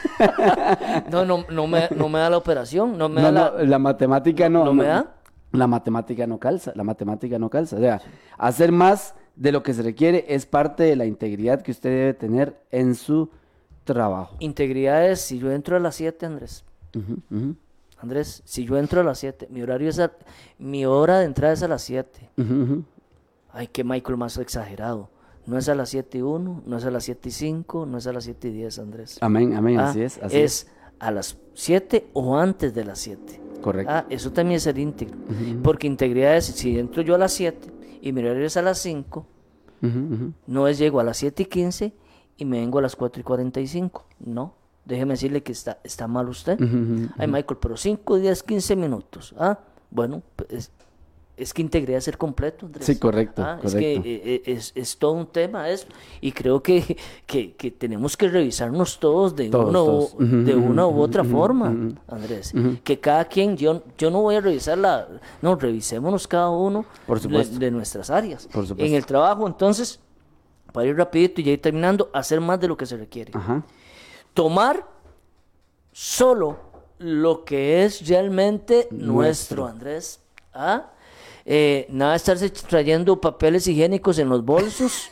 No me da la operación, no me No, da no, la matemática no. ¿No me da? La matemática no calza. O sea, hacer más de lo que se requiere es parte de la integridad que usted debe tener en su trabajo. Integridad es, si yo entro a las 7, Andrés. Ujú, ujú, Andrés, si yo entro a las 7, mi hora de entrada es a las 7. ujú, ujú. Ay, qué Michael más exagerado. No es a las 7:01, no es a las 7:05, no es a las 7:10, Andrés. Amén, Ah, así es. es a las 7 o antes de las 7. Correcto. Eso también es ser íntegro. Porque integridad es, si entro yo a las 7 y mi horario es a las 5, Ujú, ujú. no es llego a las 7:15 y me vengo a las 4:45. No, déjeme decirle que está mal usted. Ujú, ujú. Ay, Michael, pero 5, 10, 15 minutos. Bueno, es que integridad es ser completo, Andrés. Sí, correcto, Es correcto. que es todo un tema eso. Y creo que tenemos que revisarnos todos de Todos. de una u Ujú, otra ujú, forma, ujú. Andrés. Ujú. Que cada quien, yo no voy a revisar no, revisémonos cada uno Por supuesto. de nuestras áreas. Por supuesto. En el trabajo, entonces, para ir rapidito y ya ir terminando, hacer más de lo que se requiere. Ajá. Tomar solo lo que es realmente Nuestro. nuestro, Andrés. Nada de estarse trayendo papeles higiénicos en los bolsos.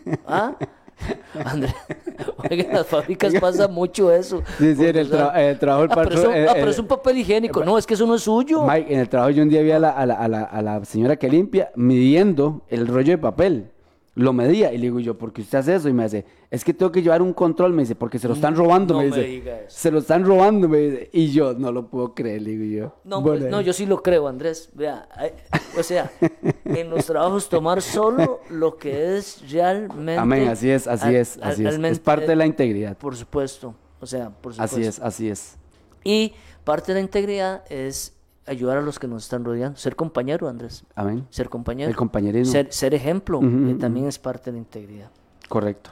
Andrés, oiga, en las fábricas pasa mucho eso. Sí, en Porque, el o sea, trabajo del pero, patrón. pero es un papel higiénico. No, es que eso no es suyo. Mike, en el trabajo yo un día vi a la señora que limpia midiendo el rollo de papel. Lo medía y le digo yo, ¿por qué usted hace eso? Y me dice, es que tengo que llevar un control. Me dice, porque se lo están robando. No me me dice, diga eso. se lo están robando. Me dice, y yo no lo puedo creer, le digo yo. No, Bueno, pues, no, yo sí lo creo, Andrés. Vea, o sea, en los trabajos tomar solo lo que es realmente. Amén, así es. Es parte de la integridad. Por supuesto, o sea, por supuesto. Así es. Y parte de la integridad es ayudar a los que nos están rodeando, ser compañero, Andrés. Amén. Ser compañero. El compañerismo. Ser ejemplo, Ujú, también es parte de la integridad. Correcto.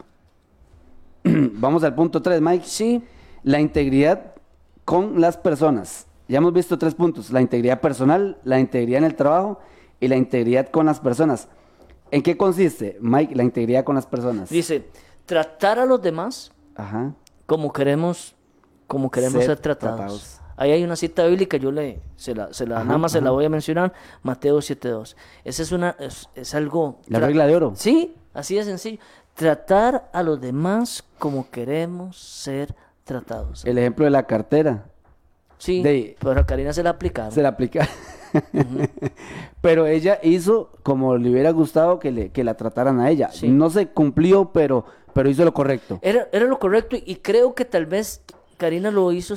Vamos al punto 3, Mike. Sí, La integridad con las personas. Ya hemos visto 3 puntos. La integridad personal, la integridad en el trabajo y la integridad con las personas. ¿En qué consiste, Mike, la integridad con las personas? dice, tratar a los demás Ajá. como queremos ser tratados. Ahí hay una cita bíblica, nada más se la voy a mencionar, Mateo 7:2. Esa es algo... La regla de oro. Sí, así de sencillo. Tratar a los demás como queremos ser tratados. El ejemplo de la cartera. Sí, pero a Karina se la aplicaron. Se la aplica. Pero ella hizo como le hubiera gustado que la trataran a ella. Sí. No se cumplió, pero hizo lo correcto. Era lo correcto y creo que tal vez Karina lo hizo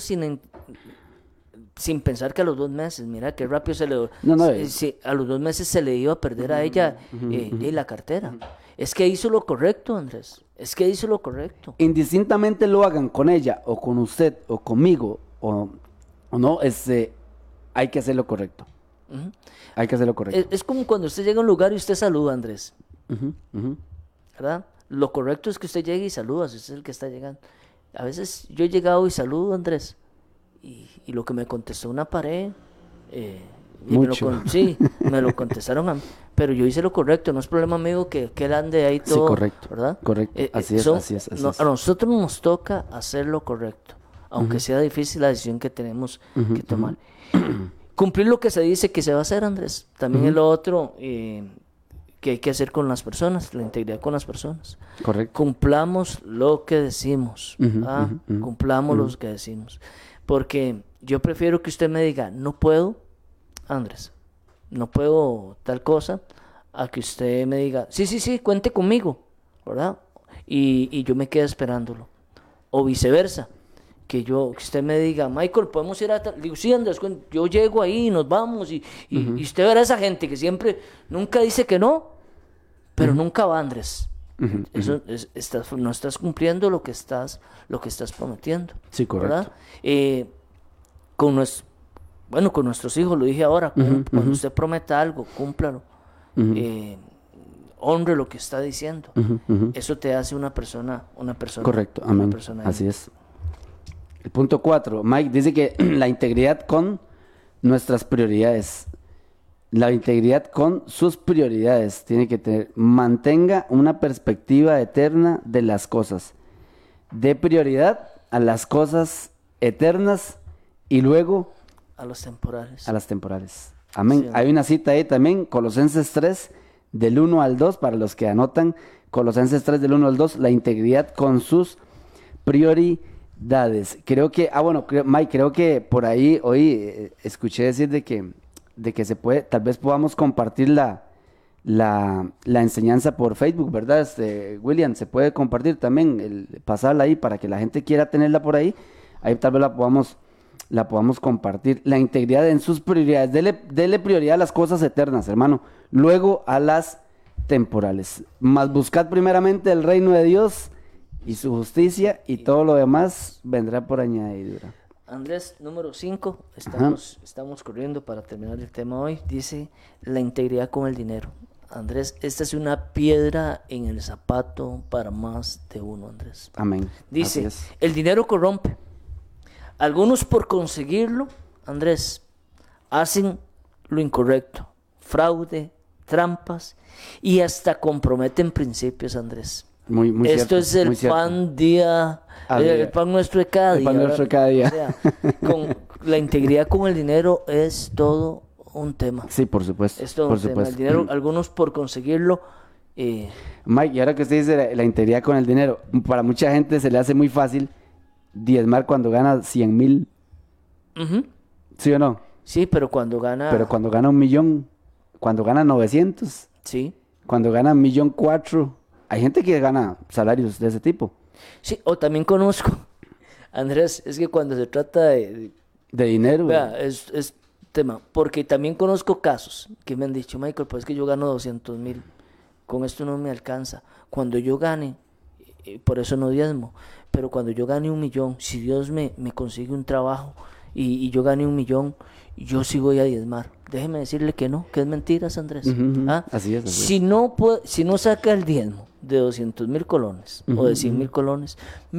sin pensar que a los 2 meses, mira qué rápido a los 2 meses se le iba a perder a ella la cartera. Es que hizo lo correcto, Andrés. Es que hizo lo correcto. Indistintamente lo hagan con ella o con usted o conmigo o no, hay que hacer lo correcto. Ujú. Hay que hacer lo correcto. Es como cuando usted llega a un lugar y usted saluda, Andrés. Ujú, ujú. ¿Verdad? Lo correcto es que usted llegue y saluda, si usted es el que está llegando. A veces yo he llegado y saludo, Andrés, y lo que me contestó una pared, Mucho. sí, Me lo contestaron a mí. Pero yo hice lo correcto, no es problema mío que él ande ahí todo. Sí, correcto. ¿Verdad? Correcto. Así es. A nosotros nos toca hacer lo correcto, aunque sea difícil la decisión que tenemos que tomar. Cumplir lo que se dice que se va a hacer, Andrés. También es lo otro que hay que hacer con las personas, la integridad con las personas. Correcto. Cumplamos lo que decimos. Cumplamos lo que decimos. Porque yo prefiero que usted me diga, no puedo, Andrés, no puedo tal cosa, a que usted me diga, sí, cuente conmigo, ¿verdad? Y yo me quede esperándolo. O viceversa. Que usted me diga, Michael, podemos ir a tal. Digo, sí, Andrés, yo llego ahí, nos vamos, y usted verá a esa gente que siempre, nunca dice que no, pero nunca va, Andrés. Eso no estás cumpliendo lo que estás prometiendo. Sí, correcto. ¿Verdad? Con nuestros hijos, lo dije ahora, cuando usted prometa algo, cúmplalo. Honre lo que está diciendo. Eso te hace una persona. Correcto, amén. Así es. El punto 4, Mike dice que la integridad con nuestras prioridades. La integridad con sus prioridades tiene que tener. Mantenga una perspectiva eterna de las cosas. Dé prioridad a las cosas eternas y luego a las temporales. A las temporales. Amén. Sí. Hay una cita ahí también, Colosenses 3, del 1 al 2, para los que anotan. Colosenses 3, del 1 al 2, la integridad con sus prioridades. Creo que, Mike, creo que por ahí hoy escuché decir de que se puede, tal vez podamos compartir la enseñanza por Facebook, ¿verdad? William, se puede compartir también, pasarla ahí para que la gente quiera tenerla por ahí tal vez la podamos compartir. La integridad en sus prioridades, dele prioridad a las cosas eternas, hermano, luego a las temporales, más buscad primeramente el reino de Dios y su justicia, y todo lo demás vendrá por añadidura. Andrés, número 5, estamos corriendo para terminar el tema hoy. Dice, la integridad con el dinero. Andrés, esta es una piedra en el zapato para más de uno, Andrés. Amén. Dice, el dinero corrompe. Algunos por conseguirlo, Andrés, hacen lo incorrecto, fraude, trampas, y hasta comprometen principios, Andrés. Muy Esto cierto, es el pan el pan nuestro de cada día. El pan nuestro de cada día. O sea, con la integridad con el dinero es todo un tema. Sí, por supuesto. Es todo un tema. El dinero, algunos por conseguirlo. Mike, y ahora que usted dice la integridad con el dinero, para mucha gente se le hace muy fácil diezmar cuando gana 100,000. ¿Sí o no? Sí, pero cuando gana 1,000,000, cuando gana 900, sí, cuando gana 1,400,000, hay gente que gana salarios de ese tipo. Sí, o también conozco, Andrés, es que cuando se trata de dinero, vea, es tema, porque también conozco casos que me han dicho, Michael, pues es que yo gano 200,000, con esto no me alcanza. Cuando yo gane, por eso no diezmo, pero cuando yo gane 1,000,000, si Dios me consigue un trabajo y yo gane 1,000,000, yo sí voy a diezmar. Déjeme decirle que no, que es mentiras, Andrés. Así es. Si no saca el diezmo de 200,000 colones o de 100,000 colones,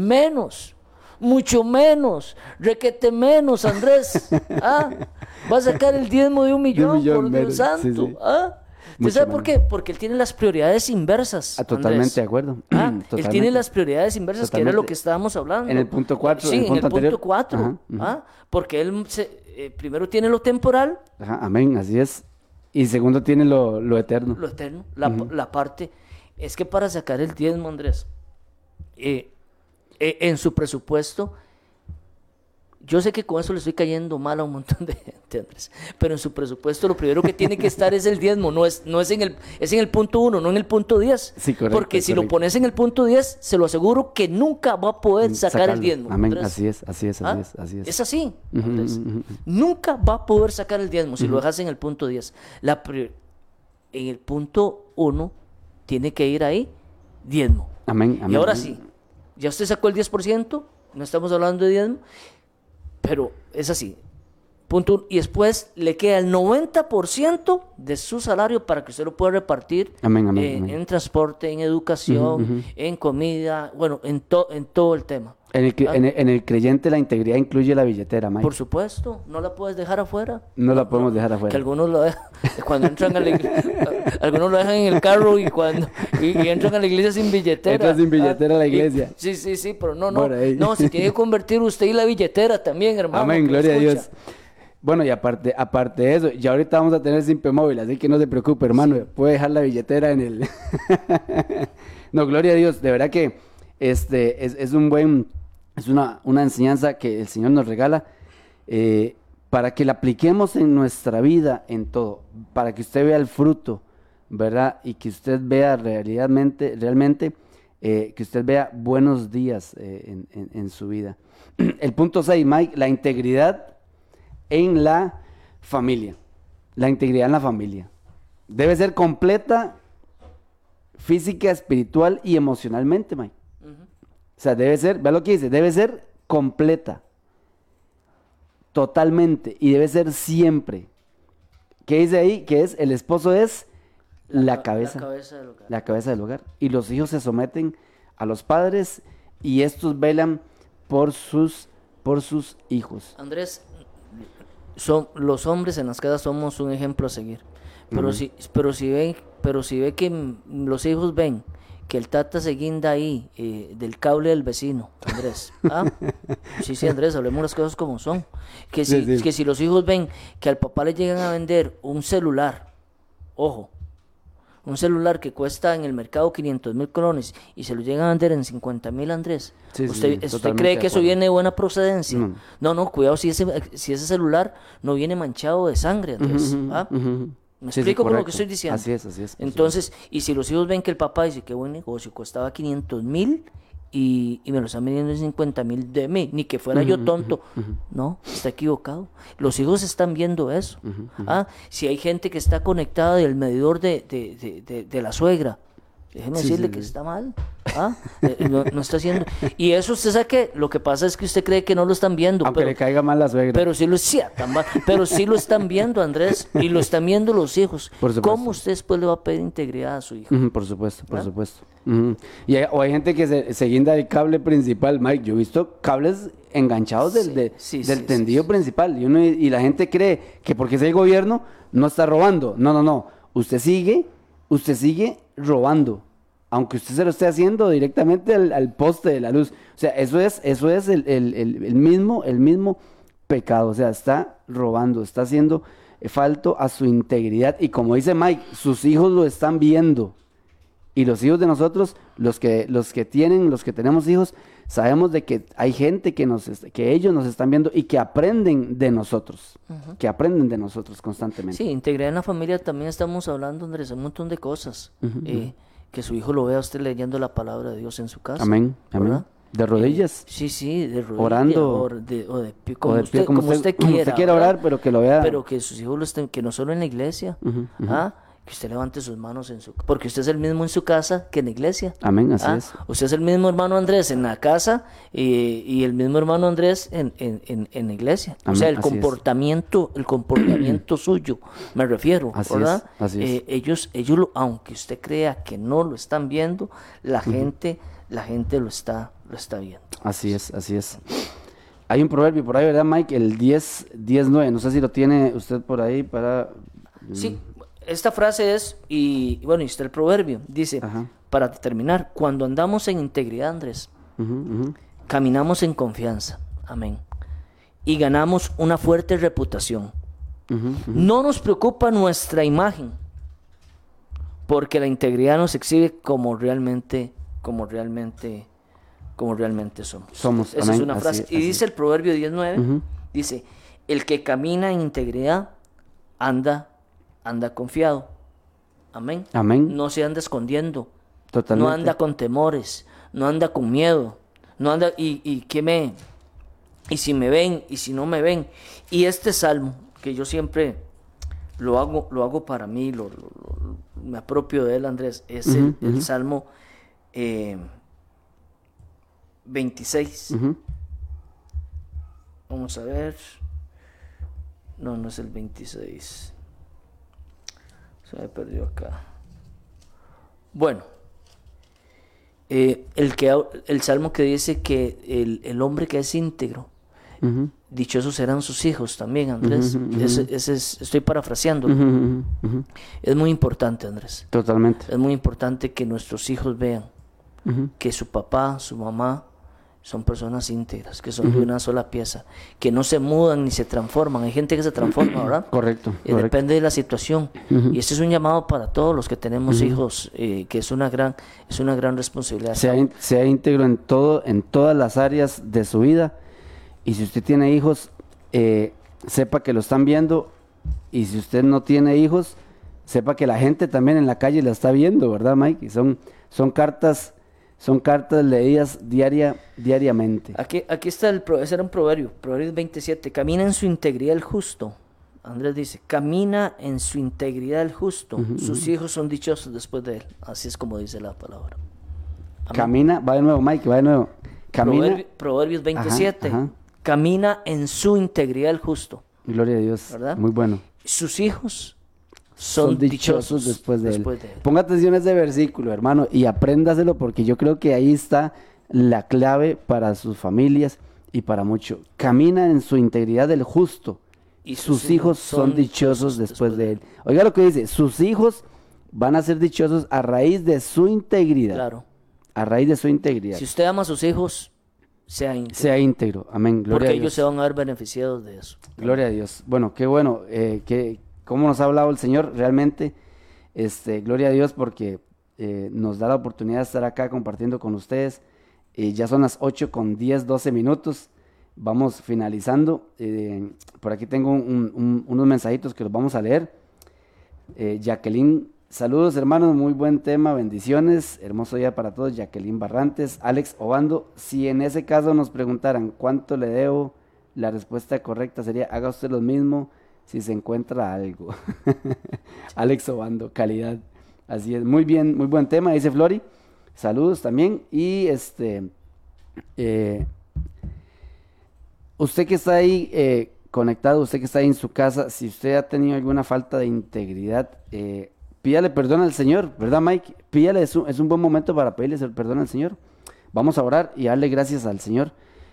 mucho menos, requete menos, Andrés. Va a sacar el diezmo de 1,000,000, por Dios santo. Sí. ¿Usted sabe por qué? Porque él tiene las prioridades inversas. Totalmente de acuerdo. Él tiene las prioridades inversas, que era lo que estábamos hablando. En el punto 4. Sí, en el punto 4. Porque él primero tiene lo temporal. Amén, así es. Y segundo tiene lo eterno. Lo eterno, la parte. Es que para sacar el diezmo, Andrés, en su presupuesto, yo sé que con eso le estoy cayendo mal a un montón de gente, Andrés, pero en su presupuesto lo primero que tiene que estar es el diezmo, es en el punto 1, no en el punto 10. Sí, correcto. Porque si lo pones en el punto 10, se lo aseguro que nunca va a poder sacar el diezmo. Amén, Andrés. así es. Es así, Andrés. Nunca va a poder sacar el diezmo si lo dejas en el punto 10. En el punto 1 tiene que ir ahí diezmo. Amén. Y ahora sí, ya usted sacó el 10%, no estamos hablando de diezmo, pero es así. Punto. Y después le queda el 90% de su salario para que usted lo pueda repartir en transporte, en educación, en comida, bueno, en todo el tema. En el creyente la integridad incluye la billetera, Mike. Por supuesto, no la puedes dejar afuera. No la podemos dejar afuera. Que algunos lo dejan, cuando entran a la algunos lo dejan en el carro y entran a la iglesia sin billetera. Entran sin billetera a la iglesia. Sí, pero no, se tiene que convertir usted y la billetera también, hermano. Amén, gloria a Dios. Bueno, y aparte de eso, ya ahorita vamos a tener Simpe Móvil, así que no se preocupe, hermano, puede dejar la billetera en el... No, gloria a Dios, de verdad que es una enseñanza que el Señor nos regala para que la apliquemos en nuestra vida, en todo, para que usted vea el fruto, ¿verdad? Y que usted vea realmente que usted vea buenos días en su vida. El punto 6, Mike, la integridad en la familia. La integridad en la familia debe ser completa, física, espiritual y emocionalmente, Mike. O sea, debe ser, vea lo que dice, debe ser completa, totalmente, y debe ser siempre. ¿Qué dice ahí? Que es, el esposo es la cabeza del hogar. La cabeza del hogar. Y los hijos se someten a los padres y estos velan por sus hijos. Andrés, los hombres en las casas somos un ejemplo a seguir. Pero si ve que los hijos ven que el tata se guinda ahí del cable del vecino, Andrés. Sí, Andrés, hablemos las cosas como son. Que si los hijos ven que al papá le llegan a vender un celular, ojo, un celular que cuesta en el mercado 500,000 colones y se lo llegan a vender en 50,000, Andrés. ¿Usted cree que eso viene de buena procedencia? No, cuidado si ese celular no viene manchado de sangre, Andrés. ¿Me explico con lo que estoy diciendo? Así es. Entonces, y si los hijos ven que el papá dice que buen negocio, costaba 500,000 y me lo están vendiendo en 50,000 de mí, ni que fuera yo tonto. No, está equivocado. Los hijos están viendo eso. Si hay gente que está conectada del medidor de la suegra, déjeme decirle que está mal. No está haciendo. Y eso usted sabe que lo que pasa es que usted cree que no lo están viendo. Aunque le caiga mal la suegra. Pero sí lo están viendo, Andrés. Y lo están viendo los hijos. ¿Cómo usted después le va a pedir integridad a su hijo? Por supuesto. Y hay gente que se guinda del cable principal, Mike. Yo he visto cables enganchados del tendido principal. Y la gente cree que porque es el gobierno no está robando. No. Usted sigue robando, aunque usted se lo esté haciendo directamente al poste de la luz. O sea, eso es el mismo pecado. O sea, está robando, está haciendo falto a su integridad. Y como dice Mike, sus hijos lo están viendo. Y los hijos de nosotros, los que tenemos hijos, sabemos de que hay gente que ellos nos están viendo y que aprenden de nosotros, constantemente. Sí, integridad en la familia también estamos hablando, Andrés, un montón de cosas. Que su hijo lo vea usted leyendo la palabra de Dios en su casa. Amén. De rodillas. Sí, de rodillas. Orando. O de pie, como usted quiera orar, pero que lo vea. Pero que sus hijos lo estén, que no solo en la iglesia, que usted levante sus manos porque usted es el mismo en su casa que en la iglesia. Amén, así es. Usted es el mismo hermano Andrés en la casa y el mismo hermano Andrés en la iglesia. Amén, o sea, el comportamiento suyo, me refiero, ¿verdad? Así es. Ellos aunque usted crea que no lo están viendo, la gente lo está viendo. Así es. Hay un proverbio por ahí, ¿verdad, Mike? El 10:9. No sé si lo tiene usted por ahí para... Sí. Esta frase es, y está el proverbio, dice, para terminar, cuando andamos en integridad, Andrés, caminamos en confianza, amén, y ganamos una fuerte reputación. No nos preocupa nuestra imagen, porque la integridad nos exhibe como realmente somos. Esa es una frase. Y dice el proverbio 10:9, dice, el que camina en integridad anda confiado. Amén. No se anda escondiendo. Totalmente. No anda con temores. No anda con miedo. No anda y si me ven y si no me ven. Y este salmo que yo siempre lo hago para mí, me apropio de él, Andrés, es el salmo 26. Vamos a ver. No es el 26. Se me perdió acá. Bueno, El salmo que dice que el hombre que es íntegro, dichosos serán sus hijos también, Andrés. Estoy parafraseando. Es muy importante, Andrés. Totalmente. Es muy importante que nuestros hijos vean que su papá, su mamá son personas íntegras, que son de una sola pieza, que no se mudan ni se transforman. Hay gente que se transforma, ¿verdad? Correcto. Depende de la situación. Y este es un llamado para todos los que tenemos hijos, que es una gran responsabilidad. Sea íntegro en todas las áreas de su vida. Y si usted tiene hijos, sepa que lo están viendo. Y si usted no tiene hijos, sepa que la gente también en la calle la está viendo, ¿verdad, Mike? Y son cartas leídas diariamente. Aquí está ese era un proverbio, Proverbios 27. Camina en su integridad el justo. Andrés dice, camina en su integridad el justo. Sus hijos son dichosos después de él. Así es como dice la palabra. Amén. Camina, va de nuevo, Mike, va de nuevo. Camina. Proverbios 27. Camina en su integridad el justo. Gloria a Dios. ¿Verdad? Muy bueno. Sus hijos son dichosos después de él. Ponga atención a ese versículo, hermano, y apréndaselo, porque yo creo que ahí está la clave para sus familias y para mucho. Camina en su integridad el justo, y sus hijos son dichosos después de él. Oiga lo que dice, sus hijos van a ser dichosos a raíz de su integridad. Claro. A raíz de su integridad. Si usted ama a sus hijos, sea íntegro. Sea íntegro, amén. Gloria porque a Dios. ellos se van a ver beneficiados de eso. Gloria a Dios. Bueno, qué bueno, cómo nos ha hablado el Señor, realmente, gloria a Dios, porque nos da la oportunidad de estar acá compartiendo con ustedes. Ya son las 8:10, vamos finalizando. Por aquí tengo unos mensajitos que los vamos a leer. Jacqueline, saludos hermanos, muy buen tema, bendiciones, hermoso día para todos. Jacqueline Barrantes, Alex Obando, si en ese caso nos preguntaran cuánto le debo, la respuesta correcta sería, haga usted lo mismo si se encuentra algo. Alex Obando, calidad. Así es, muy bien, muy buen tema, dice Flori. Saludos también. Y usted que está ahí conectado, usted que está ahí en su casa, si usted ha tenido alguna falta de integridad, pídale perdón al Señor, ¿verdad, Mike? Pídale, es un buen momento para pedirle perdón al Señor. Vamos a orar y darle gracias al Señor.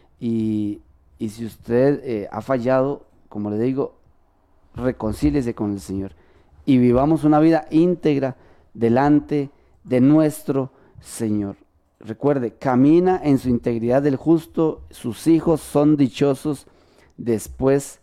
Y si usted ha fallado, como le digo, reconcíliese con el Señor y vivamos una vida íntegra delante de nuestro Señor. Recuerde, camina en su integridad del justo, sus hijos son dichosos después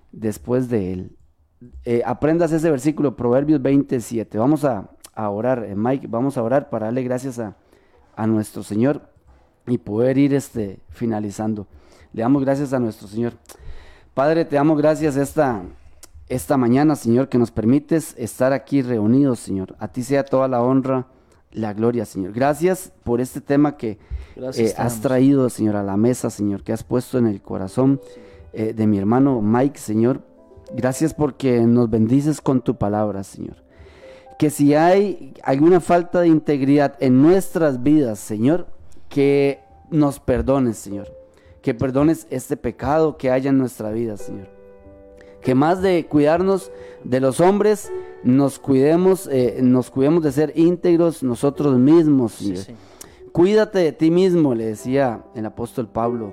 de él. Aprendas ese versículo, Proverbios 27. Vamos a orar, Mike, vamos a orar para darle gracias a nuestro Señor y poder ir finalizando. Le damos gracias a nuestro Señor. Padre, te damos gracias esta mañana, Señor, que nos permites estar aquí reunidos, Señor. A ti sea toda la honra, la gloria, Señor. Gracias por este tema que has traído, Señor, a la mesa, Señor, que has puesto en el corazón de mi hermano Mike, Señor. Gracias porque nos bendices con tu palabra, Señor. Que si hay alguna falta de integridad en nuestras vidas, Señor, que nos perdones, Señor. Que perdones este pecado que haya en nuestra vida, Señor. Que más de cuidarnos de los hombres, nos cuidemos de ser íntegros nosotros mismos, Señor. Sí. Cuídate de ti mismo, le decía el apóstol Pablo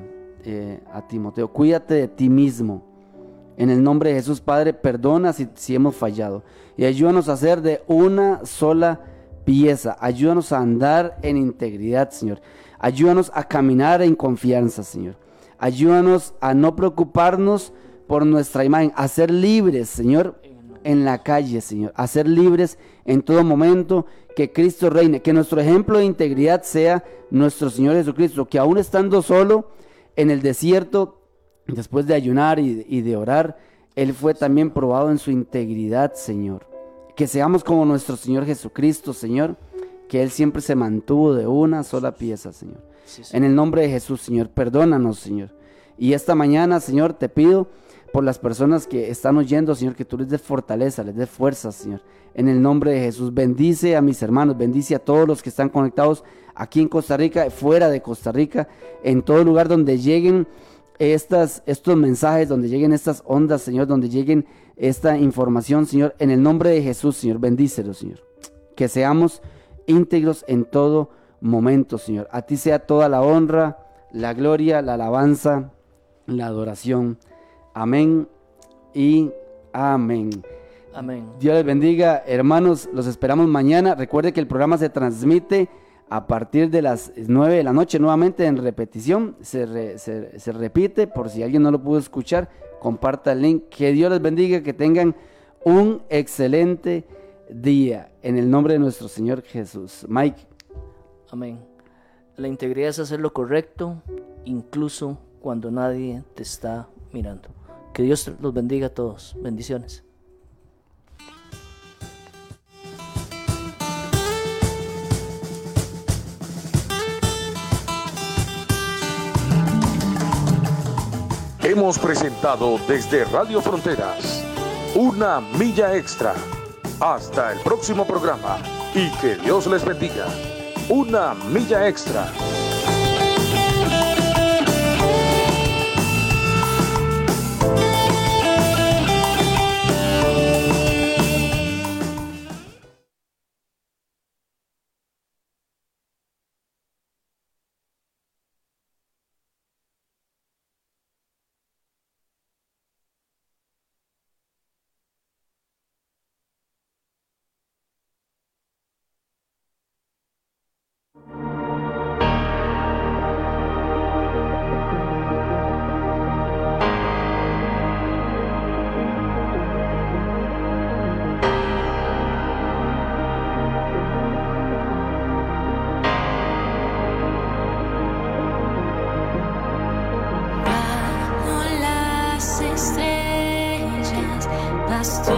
a Timoteo. Cuídate de ti mismo. En el nombre de Jesús, Padre, perdona si hemos fallado. Y ayúdanos a ser de una sola pieza. Ayúdanos a andar en integridad, Señor. Ayúdanos a caminar en confianza, Señor. Ayúdanos a no preocuparnos por nuestra imagen, a ser libres, Señor, en la calle, Señor, a ser libres en todo momento, que Cristo reine, que nuestro ejemplo de integridad sea nuestro Señor Jesucristo, que aún estando solo en el desierto, después de ayunar y de orar, Él fue también probado en su integridad, Señor. Que seamos como nuestro Señor Jesucristo, Señor, que Él siempre se mantuvo de una sola pieza, Señor. Sí, en el nombre de Jesús, Señor, perdónanos, Señor. Y esta mañana, Señor, te pido por las personas que están oyendo, Señor, que tú les des fortaleza, les des fuerza, Señor. En el nombre de Jesús, bendice a mis hermanos, bendice a todos los que están conectados aquí en Costa Rica, fuera de Costa Rica, en todo lugar donde lleguen estos mensajes, donde lleguen estas ondas, Señor, donde lleguen esta información, Señor. En el nombre de Jesús, Señor, bendícelos, Señor. Que seamos íntegros en todo momento, Señor. A ti sea toda la honra, la gloria, la alabanza, la adoración. Amén y amén. Amén. Dios les bendiga, hermanos, los esperamos mañana. Recuerde que el programa se transmite a partir de las 9 de la noche, nuevamente en repetición. Se repite, por si alguien no lo pudo escuchar, comparta el link. Que Dios les bendiga, que tengan un excelente día, en el nombre de nuestro Señor Jesús. Mike. Amén. La integridad es hacer lo correcto, incluso cuando nadie te está mirando. Que Dios los bendiga a todos. Bendiciones. Hemos presentado desde Radio Fronteras Una Milla Extra. Hasta el próximo programa y que Dios les bendiga. Una Milla Extra.